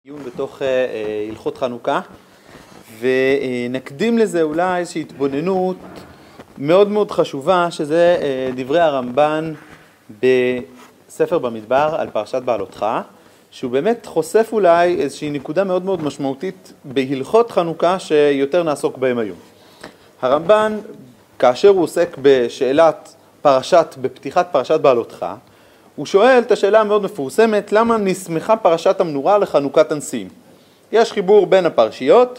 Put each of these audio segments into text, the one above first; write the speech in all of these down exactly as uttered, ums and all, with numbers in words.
עיון בתוך הלכות חנוכה, ונקדים לזה אולי איזושהי התבוננות מאוד מאוד חשובה, שזה דברי הרמב"ן בספר במדבר על פרשת בעלותך, שהוא באמת חושף אולי איזושהי נקודה מאוד מאוד משמעותית בהלכות חנוכה שיותר נעסוק בהם היום. הרמב"ן, כאשר הוא עוסק בשאלת פרשת, בפתיחת פרשת בעלותך, הוא שואל את השאלה המאוד מפורסמת, למה נסמכה פרשת המנורה לחנוכת הנשיאים? יש חיבור בין הפרשיות.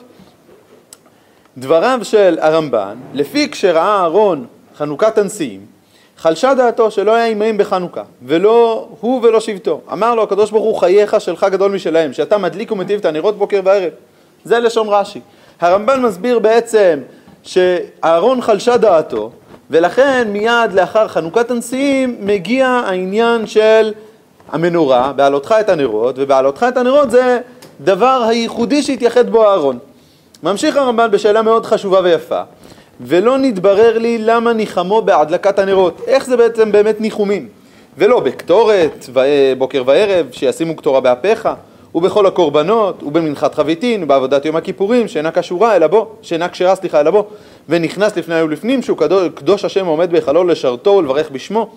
דבריו של הרמב"ן, לפי כשראה אהרון חנוכת הנשיאים, חלשה דעתו שלא היה עמהם בחנוכה, ולא הוא ולא שבטו. אמר לו הקדוש ברוך הוא, חייך שלך גדול משלהם, שאתה מדליק ומטיב את הנרות בוקר וערב. זה לשון רש"י. הרמב"ן מסביר בעצם שאהרון חלשה דעתו, ולכן מיד לאחר חנוכת הנשיאים מגיע העניין של המנורה, בעלותך את הנרות, ובעלותך את הנרות זה דבר הייחודי שהתייחד בו אהרון. ממשיך הרמב"ן בשאלה מאוד חשובה ויפה, ולא נתברר לי למה ניחמו בהדלקת הנרות, איך זה בעצם באמת ניחומים, ולא בקטורת בוקר וערב שישימו קטורה באפיך, ובכל הקורבנות, ובמנחת חביתין, ובעבודת יום הכיפורים, שאינה קשורה אלא בו, שאינה כשרה סליחה אלא בו, ונכנס לפני ולפנים, שהוא קדוש השם עומד בהיכלו לשרתו ולברך בשמו.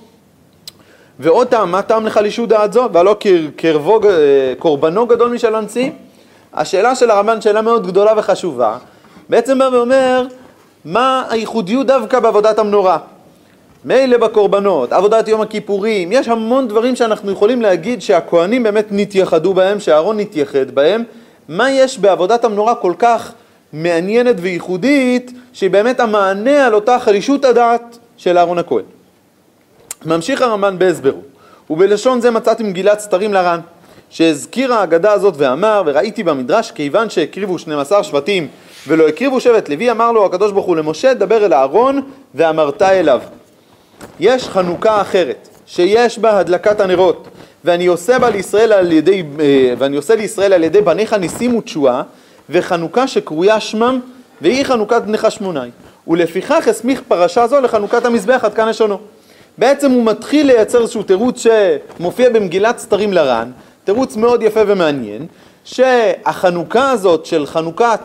ועוד טעם, מה טעם לחלישו דעת זו? והלא קרבו, קורבנו גדול משל הנשיאים? השאלה של הרמב"ן שאלה מאוד גדולה וחשובה, בעצם בא ואומר, מה הייחודיות דווקא בעבודת המנורה? מילא בקורבנות, עבודת יום הכיפורים, יש המון דברים שאנחנו יכולים להגיד שהכהנים באמת נתייחדו בהם, שאהרון נתייחד בהם. מה יש בעבודת המנורה כל כך מעניינת וייחודית, שהיא באמת המענה על אותה חלישות הדעת של אהרון הכהן? ממשיך הרמב"ן בהסברו, ובלשון זה מצאתי מגילת סתרים לר"ן, שהזכיר ההגדה הזאת ואמר, וראיתי במדרש, כיוון שהקריבו שנים עשר שבטים ולא הקריבו שבט לוי, אמר לו הקדוש ברוך הוא למשה, דבר אל אהרון ואמרת אליו. יש חנוכה אחרת, שיש בה הדלקת הנרות, ואני עושה בה לישראל על ידי, ואני עושה לישראל על ידי בניך ניסים ותשועה, וחנוכה שקרויה שמם, והיא חנוכת בני חשמונאי. ולפיכך הסמיך פרשה זו לחנוכת המזבח, עד כאן לשונו. בעצם הוא מתחיל לייצר איזשהו תירוץ שמופיע במגילת סתרים לר"ן, תירוץ מאוד יפה ומעניין, שהחנוכה הזאת של חנוכת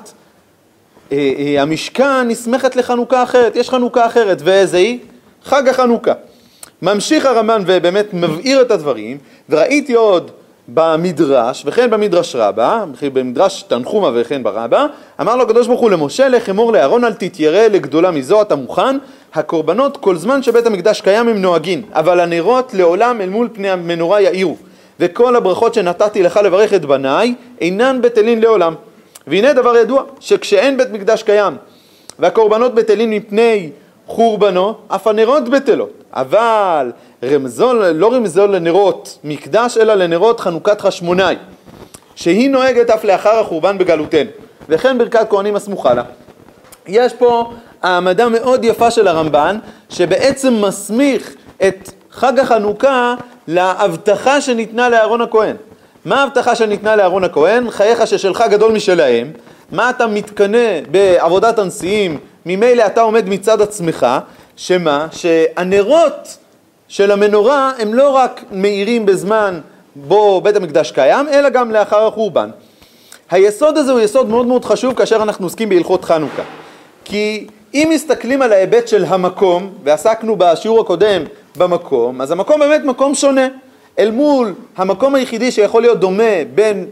אה, אה, המשכן נסמכת לחנוכה אחרת, יש חנוכה אחרת, ואיזה היא? חג החנוכה. ממשיך הרמב"ן ובאמת מבאיר את הדברים, וראיתי עוד במדרש, וכן במדרש רבה, במדרש תנחומה וכן ברבה, אמר לו הקדוש ברוך הוא למשה, לך אמור לאהרון, אל תתיירא לגדולה מזו, אתה מוכן? הקורבנות כל זמן שבית המקדש קיים הם נוהגים, אבל הנרות לעולם אל מול פני המנורה יאירו, וכל הברכות שנתתי לך לברך את בניי אינן בטלין לעולם. והנה דבר ידוע, שכשאין בית מקדש קיים והקורבנות בטלין מפני חורבנו, אף הנרות בטלות, אבל רמזו, לא רמזו לנרות מקדש, אלא לנרות חנוכת חשמונאי, שהיא נוהגת אף לאחר החורבן בגלותנו, וכן ברכת כהנים הסמוכה לה. יש פה העמדה מאוד יפה של הרמב"ן, שבעצם מסמיך את חג החנוכה להבטחה שניתנה לאהרון הכהן. מה ההבטחה שניתנה לאהרון הכהן? חייך ששלך גדול משלהם. מה אתה מתקנה בעבודת הנשיאים? ממילא אתה עומד מצד עצמך, שמה? שהנרות של המנורה הם לא רק מאירים בזמן בו בית המקדש קיים, אלא גם לאחר החורבן. היסוד הזה הוא יסוד מאוד מאוד חשוב כאשר אנחנו עוסקים בהלכות חנוכה. כי אם מסתכלים על ההיבט של המקום, ועסקנו בשיעור הקודם במקום, אז המקום באמת מקום שונה. אל מול המקום היחידי שיכול להיות דומה בין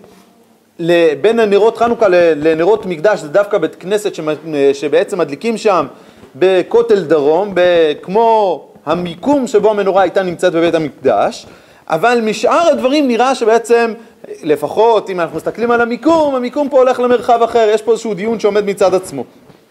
בין הנרות חנוכה לנרות מקדש, זה דווקא בית כנסת שבעצם מדליקים שם בכותל דרום, כמו המיקום שבו המנורה הייתה נמצאת בבית המקדש, אבל משאר הדברים נראה שבעצם, לפחות אם אנחנו מסתכלים על המיקום, המיקום פה הולך למרחב אחר, יש פה איזשהו דיון שעומד מצד עצמו.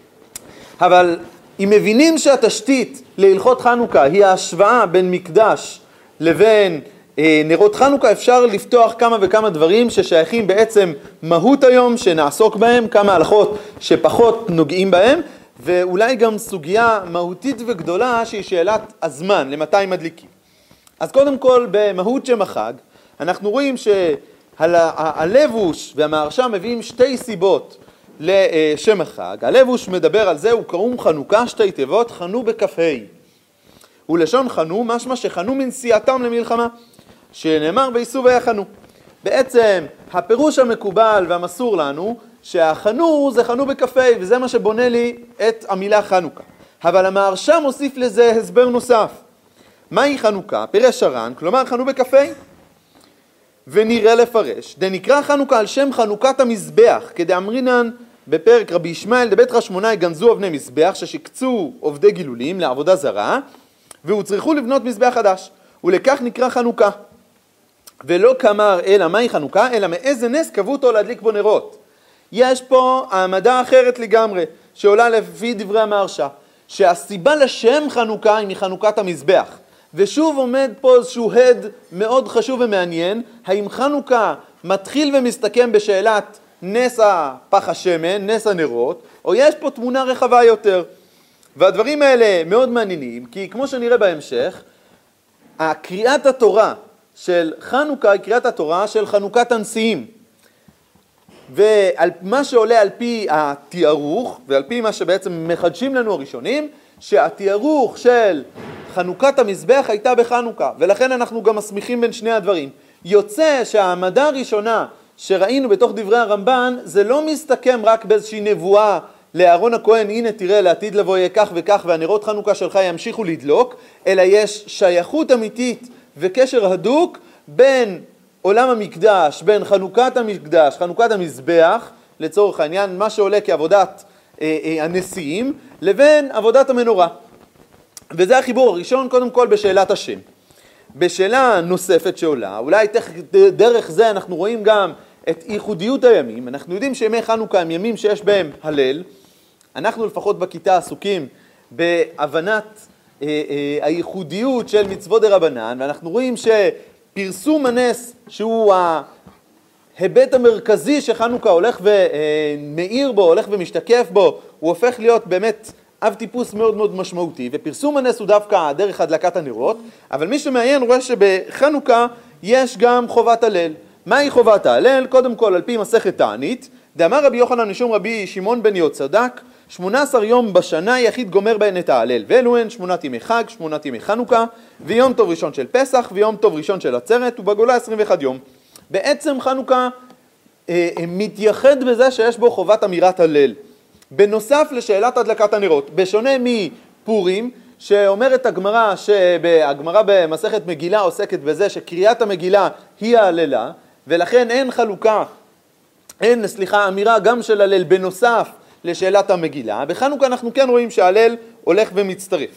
אבל אם מבינים שהתשתית להלכות חנוכה היא ההשוואה בין מקדש לבין נרות חנוכה, אפשר לפתוח כמה וכמה דברים ששייכים בעצם מהות היום שנעסוק בהם, כמה הלכות שפחות נוגעים בהם, ואולי גם סוגיה מהותית וגדולה שהיא שאלת הזמן, למתי מדליקים. אז קודם כל במהות שם החג, אנחנו רואים שהלבוש והמהרש"א מביאים שתי סיבות לשם החג. הלבוש מדבר על זה, הוא קרום חנוכה, שתי תיבות, חנו בכ"ה. ולשון חנו, משמע שחנו מנסיעתם למלחמה, שנאמר וייסעו ויחנו. בעצם הפירוש המקובל והמסור לנו, שהחנו זה חנו בקפה, וזה מה שבונה לי את המילה חנוכה. אבל המהרש"א מוסיף לזה הסבר נוסף. מהי חנוכה? פירש הר"ן, כלומר חנו בקפה, ונראה לפרש. דנקרא חנוכה על שם חנוכת המזבח, כדאמרינן בפרק רבי ישמעאל דבית חשמונאי גנזו אבני מזבח, ששיקצו עובדי גילולים לעבודה זרה, והוצרכו לבנות מזבח חדש, ולכך נקרא חנוכה. ולא כמר אלא מהי חנוכה, אלא מאיזה נס קבעו אותו להדליק בו נרות. יש פה העמדה אחרת לגמרי, שעולה לפי דברי המהרש"א, שהסיבה לשם חנוכה היא מחנוכת המזבח. ושוב עומד פה איזשהו הד מאוד חשוב ומעניין, האם חנוכה מתחיל ומסתכם בשאלת נס הפח השמן, נס הנרות, או יש פה תמונה רחבה יותר. והדברים האלה מאוד מעניינים, כי כמו שנראה בהמשך, הקריאת התורה של חנוכה היא קריאת התורה של חנוכת הנשיאים. ומה שעולה על פי התיארוך, ועל פי מה שבעצם מחדשים לנו הראשונים, שהתיארוך של חנוכת המזבח הייתה בחנוכה, ולכן אנחנו גם מסמיכים בין שני הדברים. יוצא שהעמדה הראשונה שראינו בתוך דברי הרמב"ן, זה לא מסתכם רק באיזושהי נבואה לאהרון הכהן, הנה תראה לעתיד לבוא יהיה כך וכך והנרות חנוכה שלך ימשיכו לדלוק, אלא יש שייכות אמיתית וקשר הדוק בין עולם המקדש, בין חנוכת המקדש, חנוכת המזבח, לצורך העניין, מה שעולה כעבודת אה, אה, הנשיאים, לבין עבודת המנורה. וזה החיבור הראשון, קודם כל בשאלת השם. בשאלה נוספת שעולה, אולי דרך זה אנחנו רואים גם את ייחודיות הימים. אנחנו יודעים שימי חנוכה הם ימים שיש בהם הלל. אנחנו לפחות בכיתה עסוקים בהבנת אה, אה, הייחודיות של מצוות דרבנן, ואנחנו רואים שפרסום הנס, שהוא ההיבט המרכזי שחנוכה הולך ומאיר בו, הולך ומשתקף בו, הוא הופך להיות באמת אב טיפוס מאוד מאוד משמעותי, ופרסום הנס הוא דווקא דרך הדלקת הנרות, אבל מי שמעיין רואה שבחנוכה יש גם חובת הלל. מהי חובת ההלל? קודם כל על פי מסכת תענית, דאמר רבי יוחנן משום רבי שמעון בן יהוצדק, שמונה עשר יום בשנה יחיד גומר בהן את ההלל, ואלו הן שמונת ימי חג, שמונת ימי חנוכה, ויום טוב ראשון של פסח, ויום טוב ראשון של עצרת, ובגולה עשרים ואחד יום. בעצם חנוכה אה, מתייחד בזה שיש בו חובת אמירת הלל. בנוסף לשאלת הדלקת הנרות, בשונה מפורים, שאומרת הגמרא, שהגמרא במסכת מגילה עוסקת בזה שקריאת המגילה היא ההללה, ולכן אין חלוקה, אין, סליחה, אמירה גם של הלל בנוסף לשאלת המגילה. בחנוכה אנחנו כן רואים שההלל הולך ומצטרף.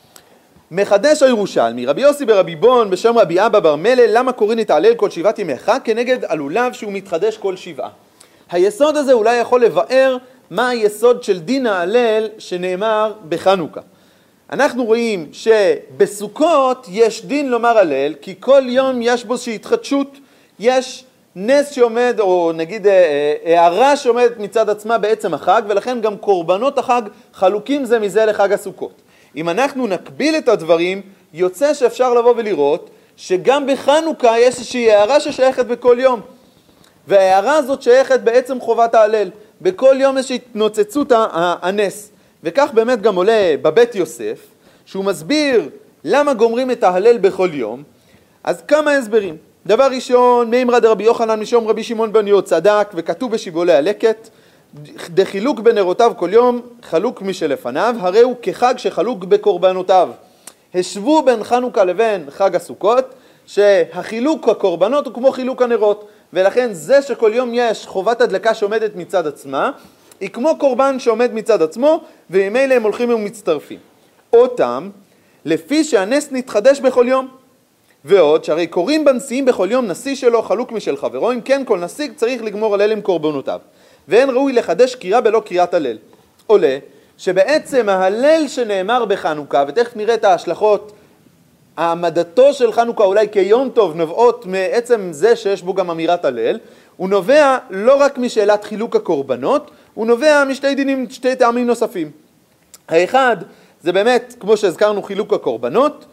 מחדש הירושלמי, רבי יוסי ברבי בון בשם רבי אבא בר מלל, למה קוראים את ההלל כל שבעת ימי חג כנגד עלוליו שהוא מתחדש כל שבעה. היסוד הזה אולי יכול לבאר מה היסוד של דין ההלל שנאמר בחנוכה. אנחנו רואים שבסוכות יש דין לומר הלל, כי כל יום יש בו איזושהי התחדשות, יש נס שעומד, או נגיד הערה שעומדת מצד עצמה בעצם החג, ולכן גם קורבנות החג חלוקים זה מזה לחג הסוכות. אם אנחנו נקביל את הדברים, יוצא שאפשר לבוא ולראות שגם בחנוכה יש איזושהי הערה ששייכת בכל יום. וההערה הזאת שייכת בעצם חובת ההלל. בכל יום יש התנוצצות הנס. וכך באמת גם עולה בבית יוסף, שהוא מסביר למה גומרים את ההלל בכל יום. אז כמה הסברים. דבר ראשון, מאמרת דרבי יוחנן משום רבי שמעון בן יהוצדק, וכתוב בשיבולי הלקט, דחילוק בנרותיו כל יום חלוק משלפניו, הרי הוא כחג שחלוק בקורבנותיו. השוו בין חנוכה לבין חג הסוכות, שהחילוק הקורבנות הוא כמו חילוק הנרות, ולכן זה שכל יום יש חובת הדלקה שעומדת מצד עצמה, היא כמו קורבן שעומד מצד עצמו, וממילא הם הולכים ומצטרפים. אותם, לפי שהנס נתחדש בכל יום, ועוד שהרי קוראים בנשיאים בכל יום נשיא שלו חלוק משל חברו, אם כן כל נשיא צריך לגמור הלל עם קורבנותיו, ואין ראוי לחדש קריאה בלא קריאת הלל. עולה שבעצם ההלל שנאמר בחנוכה, ותכף נראה את ההשלכות, העמדתו של חנוכה אולי כיום טוב נובעות מעצם זה שיש בו גם אמירת הלל, הוא נובע לא רק משאלת חילוק הקורבנות, הוא נובע משתי דינים, שתי טעמים נוספים. האחד זה באמת, כמו שהזכרנו, חילוק הקורבנות,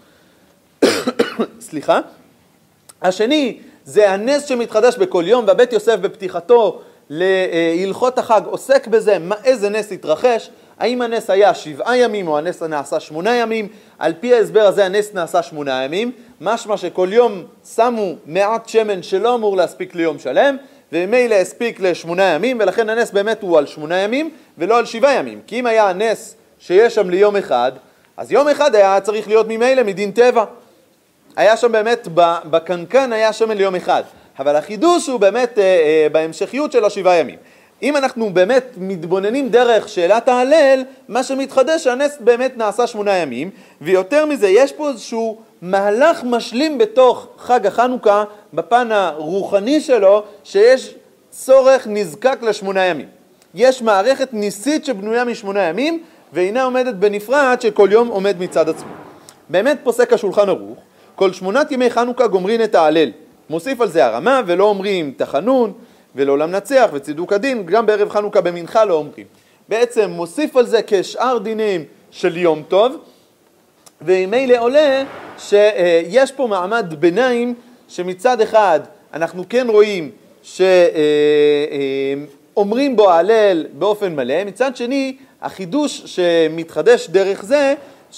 סליחה. השני זה הנס שמתחדש בכל יום, והבית יוסף בפתיחתו להלכות החג עוסק בזה, מה, איזה נס התרחש. האם הנס היה שבעה ימים או הנס נעשה שמונה ימים? על פי ההסבר הזה הנס נעשה שמונה ימים, משמע שכל יום שמו מעט שמן שלא אמור להספיק ליום שלם, וממילא הספיק לשמונה ימים, ולכן הנס באמת הוא על שמונה ימים ולא על שבעה ימים. כי אם היה הנס שיש שם ליום אחד, אז יום אחד היה צריך להיות ממילא מדין טבע. היה שם באמת, בקנקן היה שמן ליום אחד. אבל החידוש הוא באמת אה, אה, בהמשכיות של השבעה ימים. אם אנחנו באמת מתבוננים דרך שאלת ההלל, מה שמתחדש שהנס באמת נעשה שמונה ימים, ויותר מזה יש פה איזשהו מהלך משלים בתוך חג החנוכה, בפן הרוחני שלו, שיש צורך נזקק לשמונה ימים. יש מערכת ניסית שבנויה משמונה ימים, והנה עומדת בנפרד שכל יום עומד מצד עצמו. באמת פוסק השולחן ערוך, כל שמונת ימי חנוכה גומרין את ההלל. מוסיף על זה הרמה, ולא אומרים תחנון, ולעולם נצח וצידוק הדין, גם בערב חנוכה במנחה לא אומרים. בעצם מוסיף על זה כשאר דינים של יום טוב, וממילא עולה שיש פה מעמד ביניים, שמצד אחד אנחנו כן רואים שאומרים בו ההלל באופן מלא, מצד שני החידוש שמתחדש דרך זה,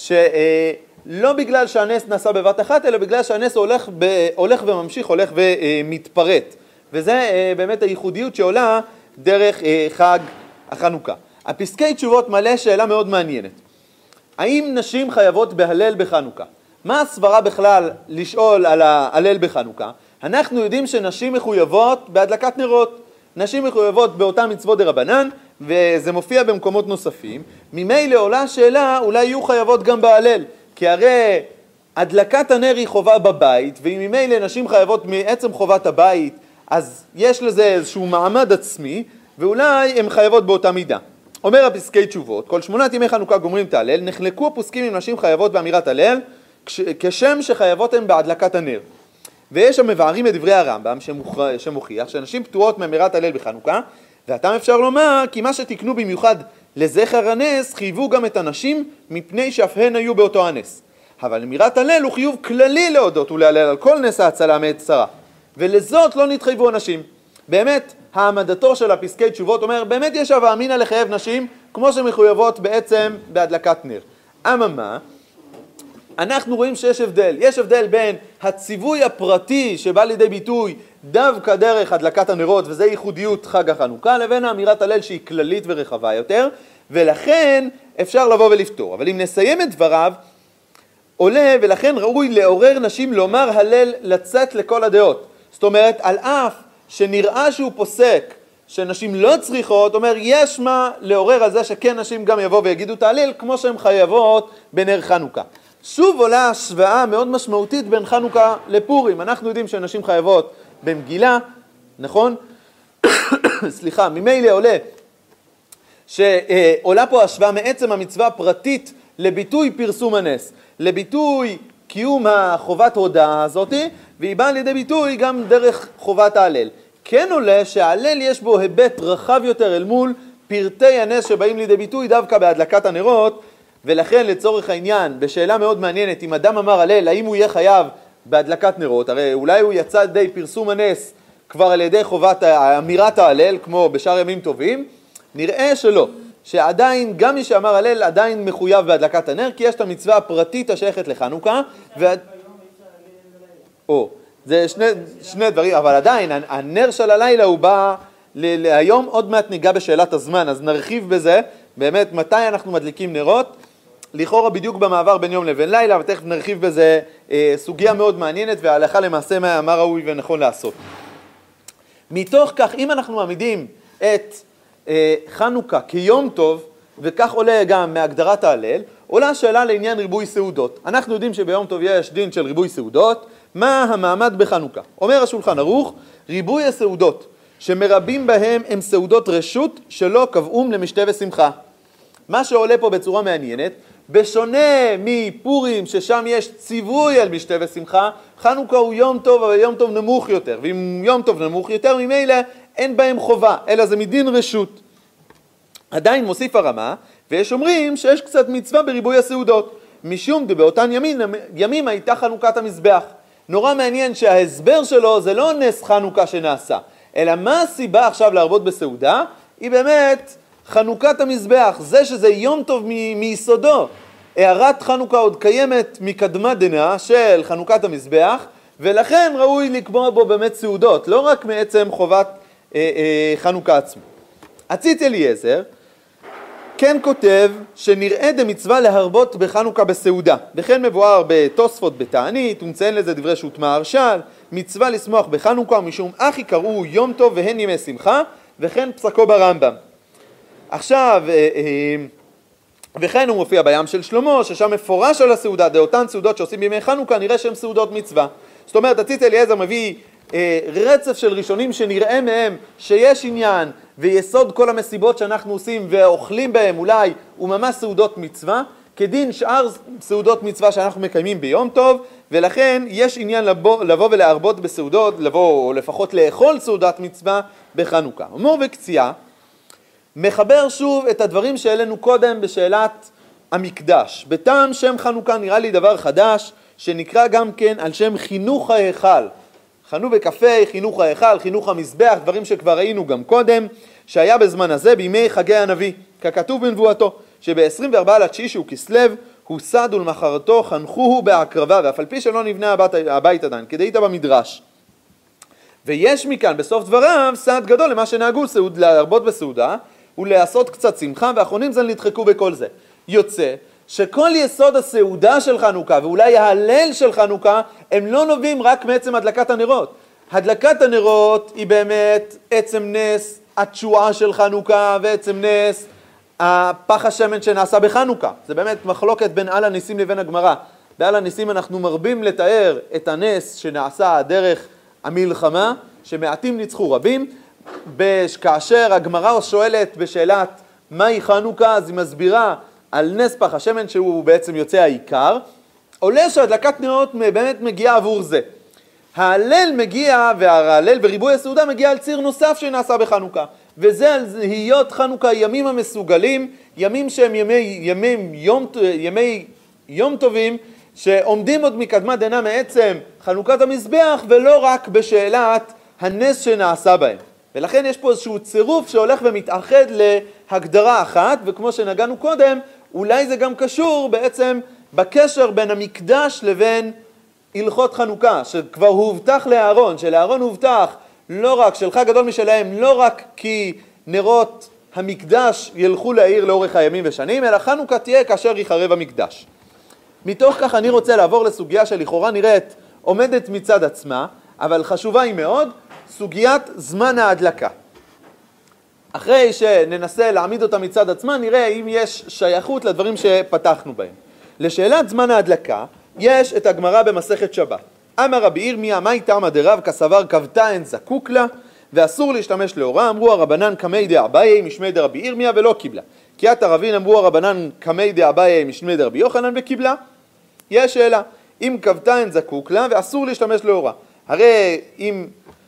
שלא בגלל שהנס נעשה בבת אחת, אלא בגלל שהנס הולך, ב, הולך וממשיך, הולך ומתפרט. וזה באמת הייחודיות שעולה דרך חג החנוכה. הפסקי תשובות מלא שאלה מאוד מעניינת. האם נשים חייבות בהלל בחנוכה? מה הסברה בכלל לשאול על ההלל בחנוכה? אנחנו יודעים שנשים מחויבות בהדלקת נרות. נשים מחויבות באותה מצוות דרבנן, וזה מופיע במקומות נוספים. ממילא עולה שאלה, אולי יהיו חייבות גם בהלל. כי הרי הדלקת הנר היא חובה בבית, ואם ממילא נשים חייבות מעצם חובת הבית, אז יש לזה איזשהו מעמד עצמי, ואולי הן חייבות באותה מידה. אומר הפסקי תשובות, כל שמונת ימי חנוכה גומרים את ההלל, נחלקו הפוסקים עם נשים חייבות באמירת הלל, כשם שחייבות הן בהדלקת הנר. ויש המבארים את דברי הרמב"ם שמוכיח שאנשים פטורות מאמירת הלל בחנוכה, ואתם אפשר לומר כי מה שתקנו במיוחד לזכר הנס, חייבו גם את הנשים מפני שאף הן היו באותו הנס. אבל אמירת הלל הוא חיוב כללי להודות ולהלל על כל נס ההצלה מעת צרה. ולזאת לא נתחייבו אנשים. באמת, העמדתו של הפסקי תשובות אומר, באמת יש הווה אמינא לחייב נשים, כמו שמחויבות בעצם בהדלקת נר. אממה, אנחנו רואים שיש הבדל. יש הבדל בין הציווי הפרטי שבא לידי ביטוי דווקא דרך הדלקת הנרות, וזה ייחודיות חג החנוכה, לבין האמירת הלל שהיא כללית ורחבה יותר, ולכן אפשר לבוא ולפתור. אבל אם נסיים את דבריו, עולה ולכן ראוי לעורר נשים לומר הלל לצאת לכל הדעות. זאת אומרת, על אף שנראה שהוא פוסק שנשים לא צריכות, אומר יש מה לעורר על זה שכן נשים גם יבוא ויגידו את ההלל כמו שהן חייבות בנר חנוכה. שוב עולה השוואה מאוד משמעותית בין חנוכה לפורים. אנחנו יודעים שנשים חייבות במגילה, נכון? סליחה, ממילא עולה שעולה פה השוואה מעצם המצווה הפרטית לביטוי פרסום הנס, לביטוי קיום החובת הודעה הזאת, והיא באה לידי ביטוי גם דרך חובת ההלל. כן עולה שההלל יש בו היבט רחב יותר אל מול פרטי הנס שבאים לידי ביטוי דווקא בהדלקת הנרות, ולכן לצורך העניין, בשאלה מאוד מעניינת, אם אדם אמר הלל, האם הוא יהיה חייב בהדלקת נרות? הרי אולי הוא יצא די פרסום הנס כבר על ידי חובת אמירת ההלל, כמו בשאר ימים טובים, נראה שלא. שעדיין, גם מי שאמר הלל, עדיין מחויב בהדלקת הנר, כי יש את המצווה הפרטית השייכת לחנוכה. ו... או, זה שני, שני דברים, אבל עדיין, הנר של הלילה הוא בא ל... היום עוד מעט ניגע בשאלת הזמן, אז נרחיב בזה, באמת, מתי אנחנו מדליקים נרות, לכאורה בדיוק במעבר בין יום לבין לילה, ותכף נרחיב בזה אה, סוגיה מאוד מעניינת, וההלכה למעשה מה, מה ראוי ונכון לעשות. מתוך כך, אם אנחנו מעמידים את אה, חנוכה כיום טוב, וכך עולה גם מהגדרת ההלל, עולה השאלה לעניין ריבוי סעודות. אנחנו יודעים שביום טוב יש דין של ריבוי סעודות, מה המעמד בחנוכה? אומר השולחן ערוך, ריבוי הסעודות שמרבים בהם הם סעודות רשות שלא קבעום למשתה ושמחה. מה שעולה פה בצורה מעניינת, בשונה מפורים ששם יש ציווי על משתה ושמחה, חנוכה הוא יום טוב אבל יום טוב נמוך יותר, ואם יום טוב נמוך יותר ממילא אין בהם חובה, אלא זה מדין רשות. עדיין מוסיף הרמה, ויש אומרים שיש קצת מצווה בריבוי הסעודות, משום באותן ימים, ימים הייתה חנוכת המזבח. נורא מעניין שההסבר שלו זה לא נס חנוכה שנעשה, אלא מה הסיבה עכשיו להרבות בסעודה? היא באמת חנוכת המזבח, זה שזה יום טוב מ- מיסודו. הערת חנוכה עוד קיימת מקדמה דנא של חנוכת המזבח, ולכן ראוי לקבוע בו באמת סעודות, לא רק מעצם חובת אה, אה, חנוכה עצמו. הציץ אליעזר כן כותב שנראה דמצווה להרבות בחנוכה בסעודה, וכן מבואר בתוספות בתענית, הוא מציין לזה דברי שות מהרש"ל, מצווה לשמוח בחנוכה משום אך יקראו יום טוב והן ימי שמחה, וכן פסקו ברמב"ם. עכשיו, אה, אה, וכן הוא מופיע בים של שלמה, ששם מפורש על הסעודה, דאותן סעודות שעושים בימי חנוכה, נראה שהן סעודות מצווה. זאת אומרת, הציץ אליעזר מביא אה, רצף של ראשונים שנראה מהם שיש עניין ויסוד כל המסיבות שאנחנו עושים ואוכלים בהם אולי, הוא ממש סעודות מצווה, כדין שאר סעודות מצווה שאנחנו מקיימים ביום טוב, ולכן יש עניין לבוא, לבוא ולהרבות בסעודות, לבוא או לפחות לאכול סעודת מצווה בחנוכה. אמור וקציעה, מחבר שוב את הדברים שהעלינו קודם בשאלת המקדש. בטעם שם חנוכה נראה לי דבר חדש, שנקרא גם כן על שם חינוך ההיכל. חנו בקפה, חינוך ההיכל, חינוך המזבח, דברים שכבר ראינו גם קודם, שהיה בזמן הזה בימי חגי הנביא, ככתוב בנבואתו, שב-עשרים וארבעה לתשיעי שהוא כסלו, הוסד ולמחרתו חנכוהו בהקרבה, ואף על פי שלא נבנה הבית, הבית עדיין, כדאית במדרש. ויש מכאן בסוף דבריו סעד גדול למה שנהגו סעוד, להרבות בסעודה, ולעשות קצת שמחה, ואחרונים זן נדחקו בכל זה. יוצא שכל יסוד הסעודה של חנוכה, ואולי ההלל של חנוכה, הם לא נובעים רק מעצם הדלקת הנרות. הדלקת הנרות היא באמת עצם נס התשועה של חנוכה, ועצם נס הפח השמן שנעשה בחנוכה. זה באמת מחלוקת בין על הניסים לבין הגמרא. בעל הניסים אנחנו מרבים לתאר את הנס שנעשה דרך המלחמה, שמעטים ניצחו רבים, כאשר הגמרא שואלת בשאלת מהי חנוכה, אז היא מסבירה על נס פח השמן שהוא בעצם יוצא העיקר, עולה שהדלקת נרות באמת מגיעה עבור זה. ההלל מגיע, וההלל בריבוי הסעודה מגיע על ציר נוסף שנעשה בחנוכה, וזה על היות חנוכה ימים המסוגלים, ימים שהם ימי, ימי, יום, ימי יום טובים, שעומדים עוד מקדמה דנא מעצם חנוכת המזבח, ולא רק בשאלת הנס שנעשה בהם. ולכן יש פה איזשהו צירוף שהולך ומתאחד להגדרה אחת, וכמו שנגענו קודם, אולי זה גם קשור בעצם בקשר בין המקדש לבין הלכות חנוכה, שכבר הובטח לאהרון, שלאהרון הובטח לא רק, שלך גדול משלהם, לא רק כי נרות המקדש ילכו להעיר לאורך הימים ושנים, אלא חנוכה תהיה כאשר יחרב המקדש. מתוך כך אני רוצה לעבור לסוגיה שלכאורה נראית עומדת מצד עצמה, אבל חשובה היא מאוד, סוגיית זמן ההדלקה. אחרי שננסה להעמיד אותה מצד עצמה, נראה אם יש שייכות לדברים שפתחנו בהם. לשאלת זמן ההדלקה, יש את הגמרא במסכת שבת. אמר רבי ירמיה, מאי תמא דרב כסבר כבתה אין זקוק לה, ואסור להשתמש לאורה, אמרו הרבנן קמי דאביי משמי דרבי ירמיה ולא קיבלה. כי התרבין אמרו הרבנן קמי דאביי משמי דרבי יוחנן וקיבלה. יש שאלה, אם כבתה אין זקוק לה ואסור להשתמש לאורה. הרי אם,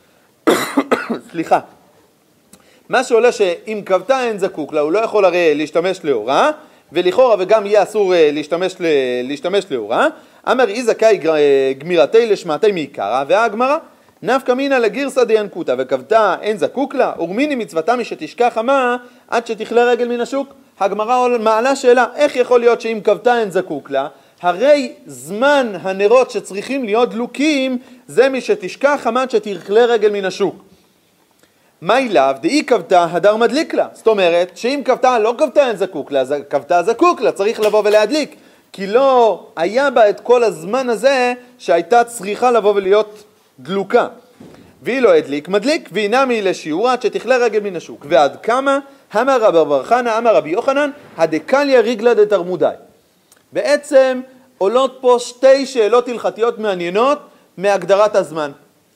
סליחה, מה שעולה שאם כבתה אין זקוק לה, הוא לא יכול הרי להשתמש לאורה, ולכאורה וגם יהיה אסור להשתמש, להשתמש לאורה. אמר אי זכאי גמירתי לשמעתי מעיקרא, והגמרא נפקא מינא לגירסא דינקותא, וכבתה אין זקוק לה, ורמיני מצוותה משתשכח עמה עד שתכלה רגל מן השוק. הגמרא מעלה שאלה, איך יכול להיות שאם כבתה אין זקוק לה, הרי זמן הנרות שצריכים להיות דלוקים זה משתשכח עמה עד שתכלה רגל מן השוק. מה אליו? דאי כבתה הדר מדליק לה. זאת אומרת שאם כבתה לא כבתה אין זקוק לה, כבתה זקוק לה, צריך לבוא ולהדליק, כי לא היה בה את כל הזמן הזה שהייתה צריכה לבוא ולהיות דלוקה. והיא לא הדליק, מדליק, והינמי לשיעורה עד שתכלה רגל מן השוק. ועד כמה? אמר רבי בר חנא אמר רבי יוחנן, הדקליה ריגלה דתרמודאי. בעצם עולות פה שתי שאלות הלכתיות מעניינות מהגדרת הזמן.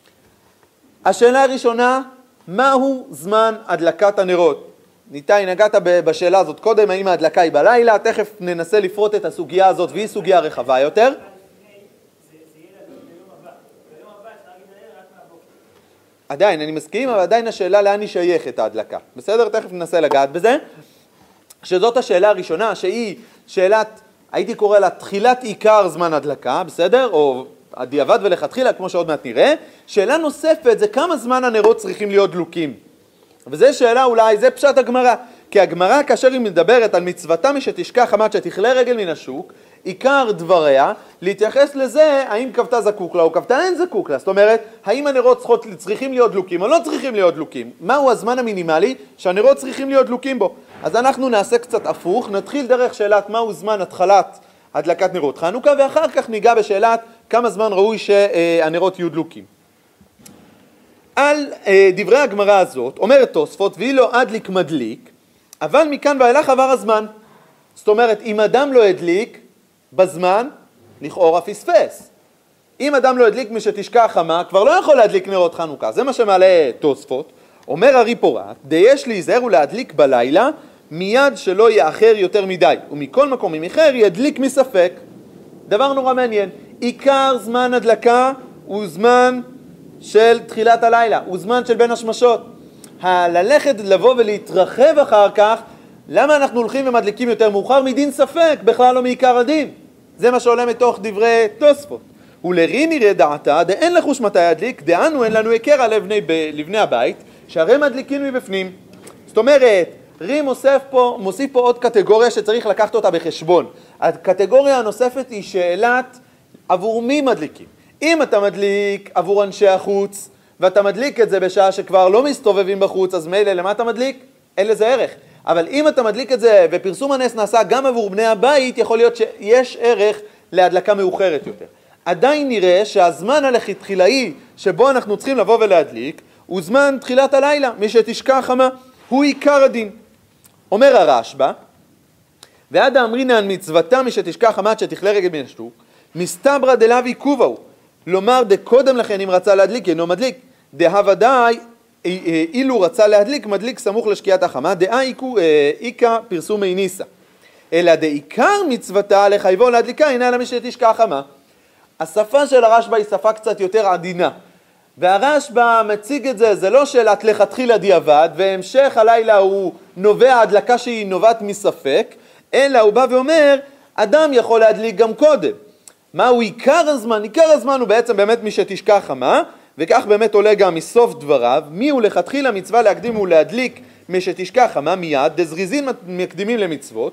השאלה הראשונה, מהו זמן הדלקת הנרות? ניתאי, נגעת בשאלה הזאת קודם, האם ההדלקה היא בלילה, תכף ננסה לפרוט את הסוגיה הזאת, והיא סוגיה רחבה יותר. עדיין, אני מסכים, אבל עדיין השאלה לאן היא שייכת ההדלקה. בסדר? תכף ננסה לגעת בזה. שזאת השאלה הראשונה, שהיא שאלת, הייתי קורא לה תחילת עיקר זמן הדלקה, בסדר? או הדיעבד ולכתחילה, כמו שעוד מעט נראה. שאלה נוספת זה כמה זמן הנרות צריכים להיות דלוקים. וזו שאלה אולי, זה פשט הגמרא. כי הגמרא כאשר היא מדברת על מצוותה משתשכח חמה עד שתכלה רגל מן השוק, עיקר דבריה להתייחס לזה האם כבתה זקוק לה או כבתה אין זקוק לה. זאת אומרת, האם הנרות צריכות, צריכים להיות דלוקים או לא צריכים להיות דלוקים? מהו הזמן המינימלי שהנרות צריכים להיות דלוקים בו? אז אנחנו נעשה קצת הפוך, נתחיל דרך שאלת מהו זמן התחלת הדלקת נרות חנוכה, ואחר כך ניגע בשאלת כמה זמן ראוי שהנרות יהיו דלוקים. על דברי הגמרא הזאת אומרת תוספות, והיא לא הדליק מדליק, אבל מכאן ואילך עבר הזמן. זאת אומרת, אם אדם לא הדליק בזמן, לכאורה פספס. אם אדם לא הדליק משתשכח חמה, כבר לא יכול להדליק נרות חנוכה. זה מה שמעלה תוספות. אומר הרי פורת, דיש להיזהר ולהדליק בלילה, מיד שלא יאחר יותר מדי. ומכל מקום אם איחר, ידליק מספק. דבר נורא מעניין. עיקר זמן הדלקה הוא זמן של תחילת הלילה, הוא זמן של בין השמשות. הללכת לבוא ולהתרחב אחר כך, למה אנחנו הולכים ומדליקים יותר מאוחר? מדין ספק, בכלל לא מעיקר הדין. זה מה שעולה מתוך דברי תוספות. ולרי נראה דעתה, דאין לחוש מתי ידליק, דאנו אין לנו הכר על לבני, לבני הבית, שהרי מדליקים מבפנים. זאת אומרת, רי מוסיף פה, מוסיף פה עוד קטגוריה שצריך לקחת אותה בחשבון. הקטגוריה הנוספת היא שאלת עבור מי מדליקים. אם אתה מדליק עבור אנשי החוץ, ואתה מדליק את זה בשעה שכבר לא מסתובבים בחוץ, אז מילא למה אתה מדליק? אין לזה ערך. אבל אם אתה מדליק את זה, ופרסום הנס נעשה גם עבור בני הבית, יכול להיות שיש ערך להדלקה מאוחרת יותר. עדיין נראה שהזמן הלכתחילאי שבו אנחנו צריכים לבוא ולהדליק, הוא זמן תחילת הלילה, מי שתשכח חמה, הוא עיקר הדין. אומר הרשב"א, ועד האמרינן מצוותה מי שתשכח חמה עד שתכלה רגל מן השוק, מסתברא דלאו עיכובה הוא. לומר דקודם לכן אם רצה להדליק אינו מדליק, דהא ודאי אילו רצה להדליק מדליק סמוך לשקיעת החמה, דאה איקה פרסומי ניסה. אלא דעיקר מצוותה לחייבו להדליקה אינה אלא מי שתשכח חמה. השפה של הרשב"א היא שפה קצת יותר עדינה, והרשב"א מציג את זה, זה לא שאלת לכתחילה דיעבד, והמשך הלילה הוא נובע הדלקה שהיא נובעת מספק, אלא הוא בא ואומר, אדם יכול להדליק גם קודם. מהו עיקר הזמן? עיקר הזמן הוא בעצם באמת מי שתשכח חמה, וכך באמת עולה גם מסוף דבריו, מי הוא לכתחילה מצווה להקדים ולהדליק מי שתשכח חמה מיד, דזריזין מקדימים למצוות,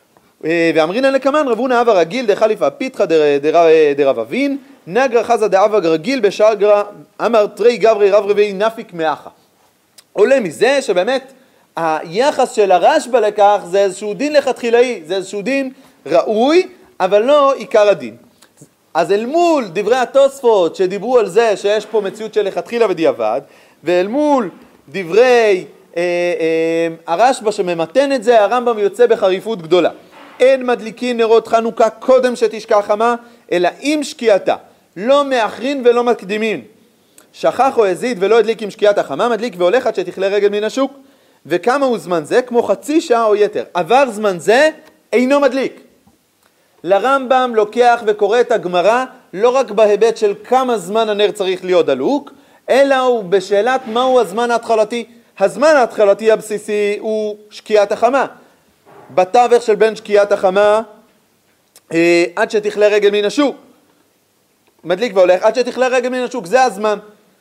ואמרינן לקמן רבונה אבא רגיל דחליפה פיתחה דרב אבין, נגרא חזה דאבא רגיל בשגרא אמר תרי גברי רב רבי נפיק מאחה. עולה מזה שבאמת היחס של הרשב"א לכך זה איזשהו דין לכתחילאי, זה איזשהו דין ראוי, אבל לא עיקר הדין. אז אל מול דברי התוספות שדיברו על זה שיש פה מציאות של לכתחילה ודיעבד, ואל מול דברי אה, אה, הרשב"א שממתן את זה, הרמב"ם יוצא בחריפות גדולה. אין מדליקין נרות חנוכה קודם שתשכח חמה, אלא עם שקיעתה. לא מאחרין ולא מקדימין. שכח או הזיד ולא הדליק עם שקיעת החמה, מדליק והולך עד שתכלה רגל מן השוק. וכמה הוא זמן זה? כמו חצי שעה או יתר. עבר זמן זה, אינו מדליק. לרמב"ם לוקח וקורא את הגמרא לא רק בהיבט של כמה זמן הנר צריך להיות דלוק, אלא הוא בשאלת מהו הזמן ההתחלתי. הזמן ההתחלתי הבסיסי הוא שקיעת החמה. בתווך של בין שקיעת החמה אה, עד שתכלה רגל מן השוק. מדליק והולך עד שתכלה רגל מן השוק, זה הזמן.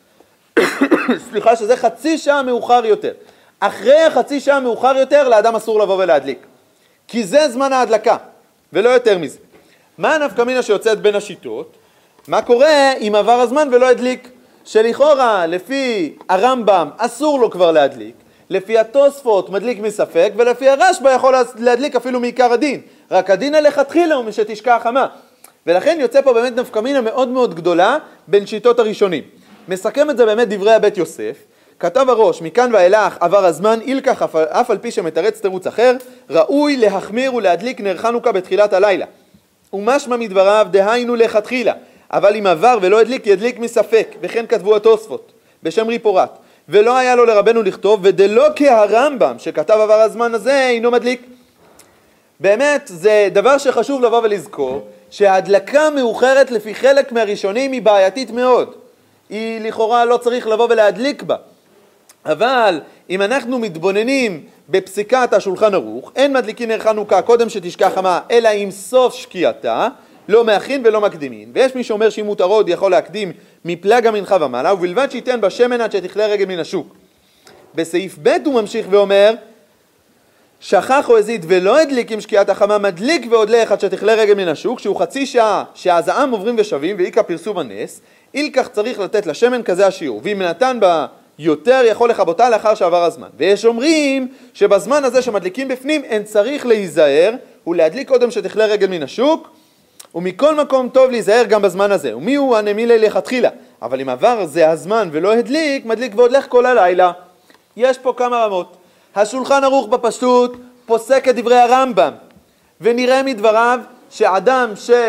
סליחה, שזה חצי שעה מאוחר יותר. אחרי חצי שעה מאוחר יותר לאדם אסור לבוא ולהדליק. כי זה זמן ההדלקה. ולא יותר מזה. מה הנפקא מינה שיוצאת בין השיטות? מה קורה אם עבר הזמן ולא הדליק? שלכאורה, לפי הרמב"ם אסור לו כבר להדליק, לפי התוספות מדליק מספק, ולפי הרשב"א יכול להדליק אפילו מעיקר הדין. רק הדין הלכתחילה הוא משתשכח חמה. ולכן יוצא פה באמת נפקא מינה מאוד מאוד גדולה בין שיטות הראשונים. מסכם את זה באמת דברי הבית יוסף, כתב הראש, מכאן ואילך עבר הזמן, אילקח אף, אף על פי שמתרץ תירוץ אחר, ראוי להחמיר ולהדליק נר חנוכה בתחילת הלילה. ומשמע מדבריו, דהיינו לכתחילה, אבל אם עבר ולא הדליק, ידליק מספק, וכן כתבו התוספות, בשם ריפורט. ולא היה לו לרבנו לכתוב, ודלא כהרמב"ם, שכתב עבר הזמן הזה, אינו מדליק. באמת, זה דבר שחשוב לבוא ולזכור, שההדלקה מאוחרת לפי חלק מהראשונים היא בעייתית מאוד. היא לכאורה לא צריך לבוא ולהדליק בה. אבל אם אנחנו מתבוננים בפסיקת השולחן ערוך, אין מדליקין נר חנוכה קודם שתשכח חמה, אלא עם סוף שקיעתה, לא מאחרין ולא מקדימין. ויש מי שאומר שאם מותר עוד יכול להקדים מפלג המנחה ומעלה, ובלבד שייתן בשמן עד שתכלה רגל מן השוק. בסעיף ב' הוא ממשיך ואומר, שכח או הזיד ולא הדליק עם שקיעת החמה, מדליק ועוד לך עד שתכלה רגל מן השוק, שהוא חצי שעה שהזעם עוברים ושווים ואיקה פרסום הנס, אילכך צריך לתת לשמן כזה השיעור, ואם נתן בה יותר יכול לחבותה לאחר שעבר הזמן. ויש אומרים שבזמן הזה שמדליקים בפנים אין צריך להיזהר ולהדליק קודם שתכלה רגל מן השוק, ומכל מקום טוב להיזהר גם בזמן הזה. ומי הוא הנמילי לכתחילה? אבל אם עבר זה הזמן ולא הדליק, מדליק ועוד לך כל הלילה. יש פה כמה רמות. השולחן ערוך בפשטות פוסק את דברי הרמב"ם, ונראה מדבריו שאדם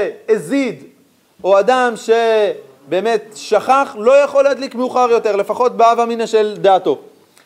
שהזיד או אדם שבאמת שכח לא יכול להדליק מאוחר יותר, לפחות בהווה אמינא של דעתו.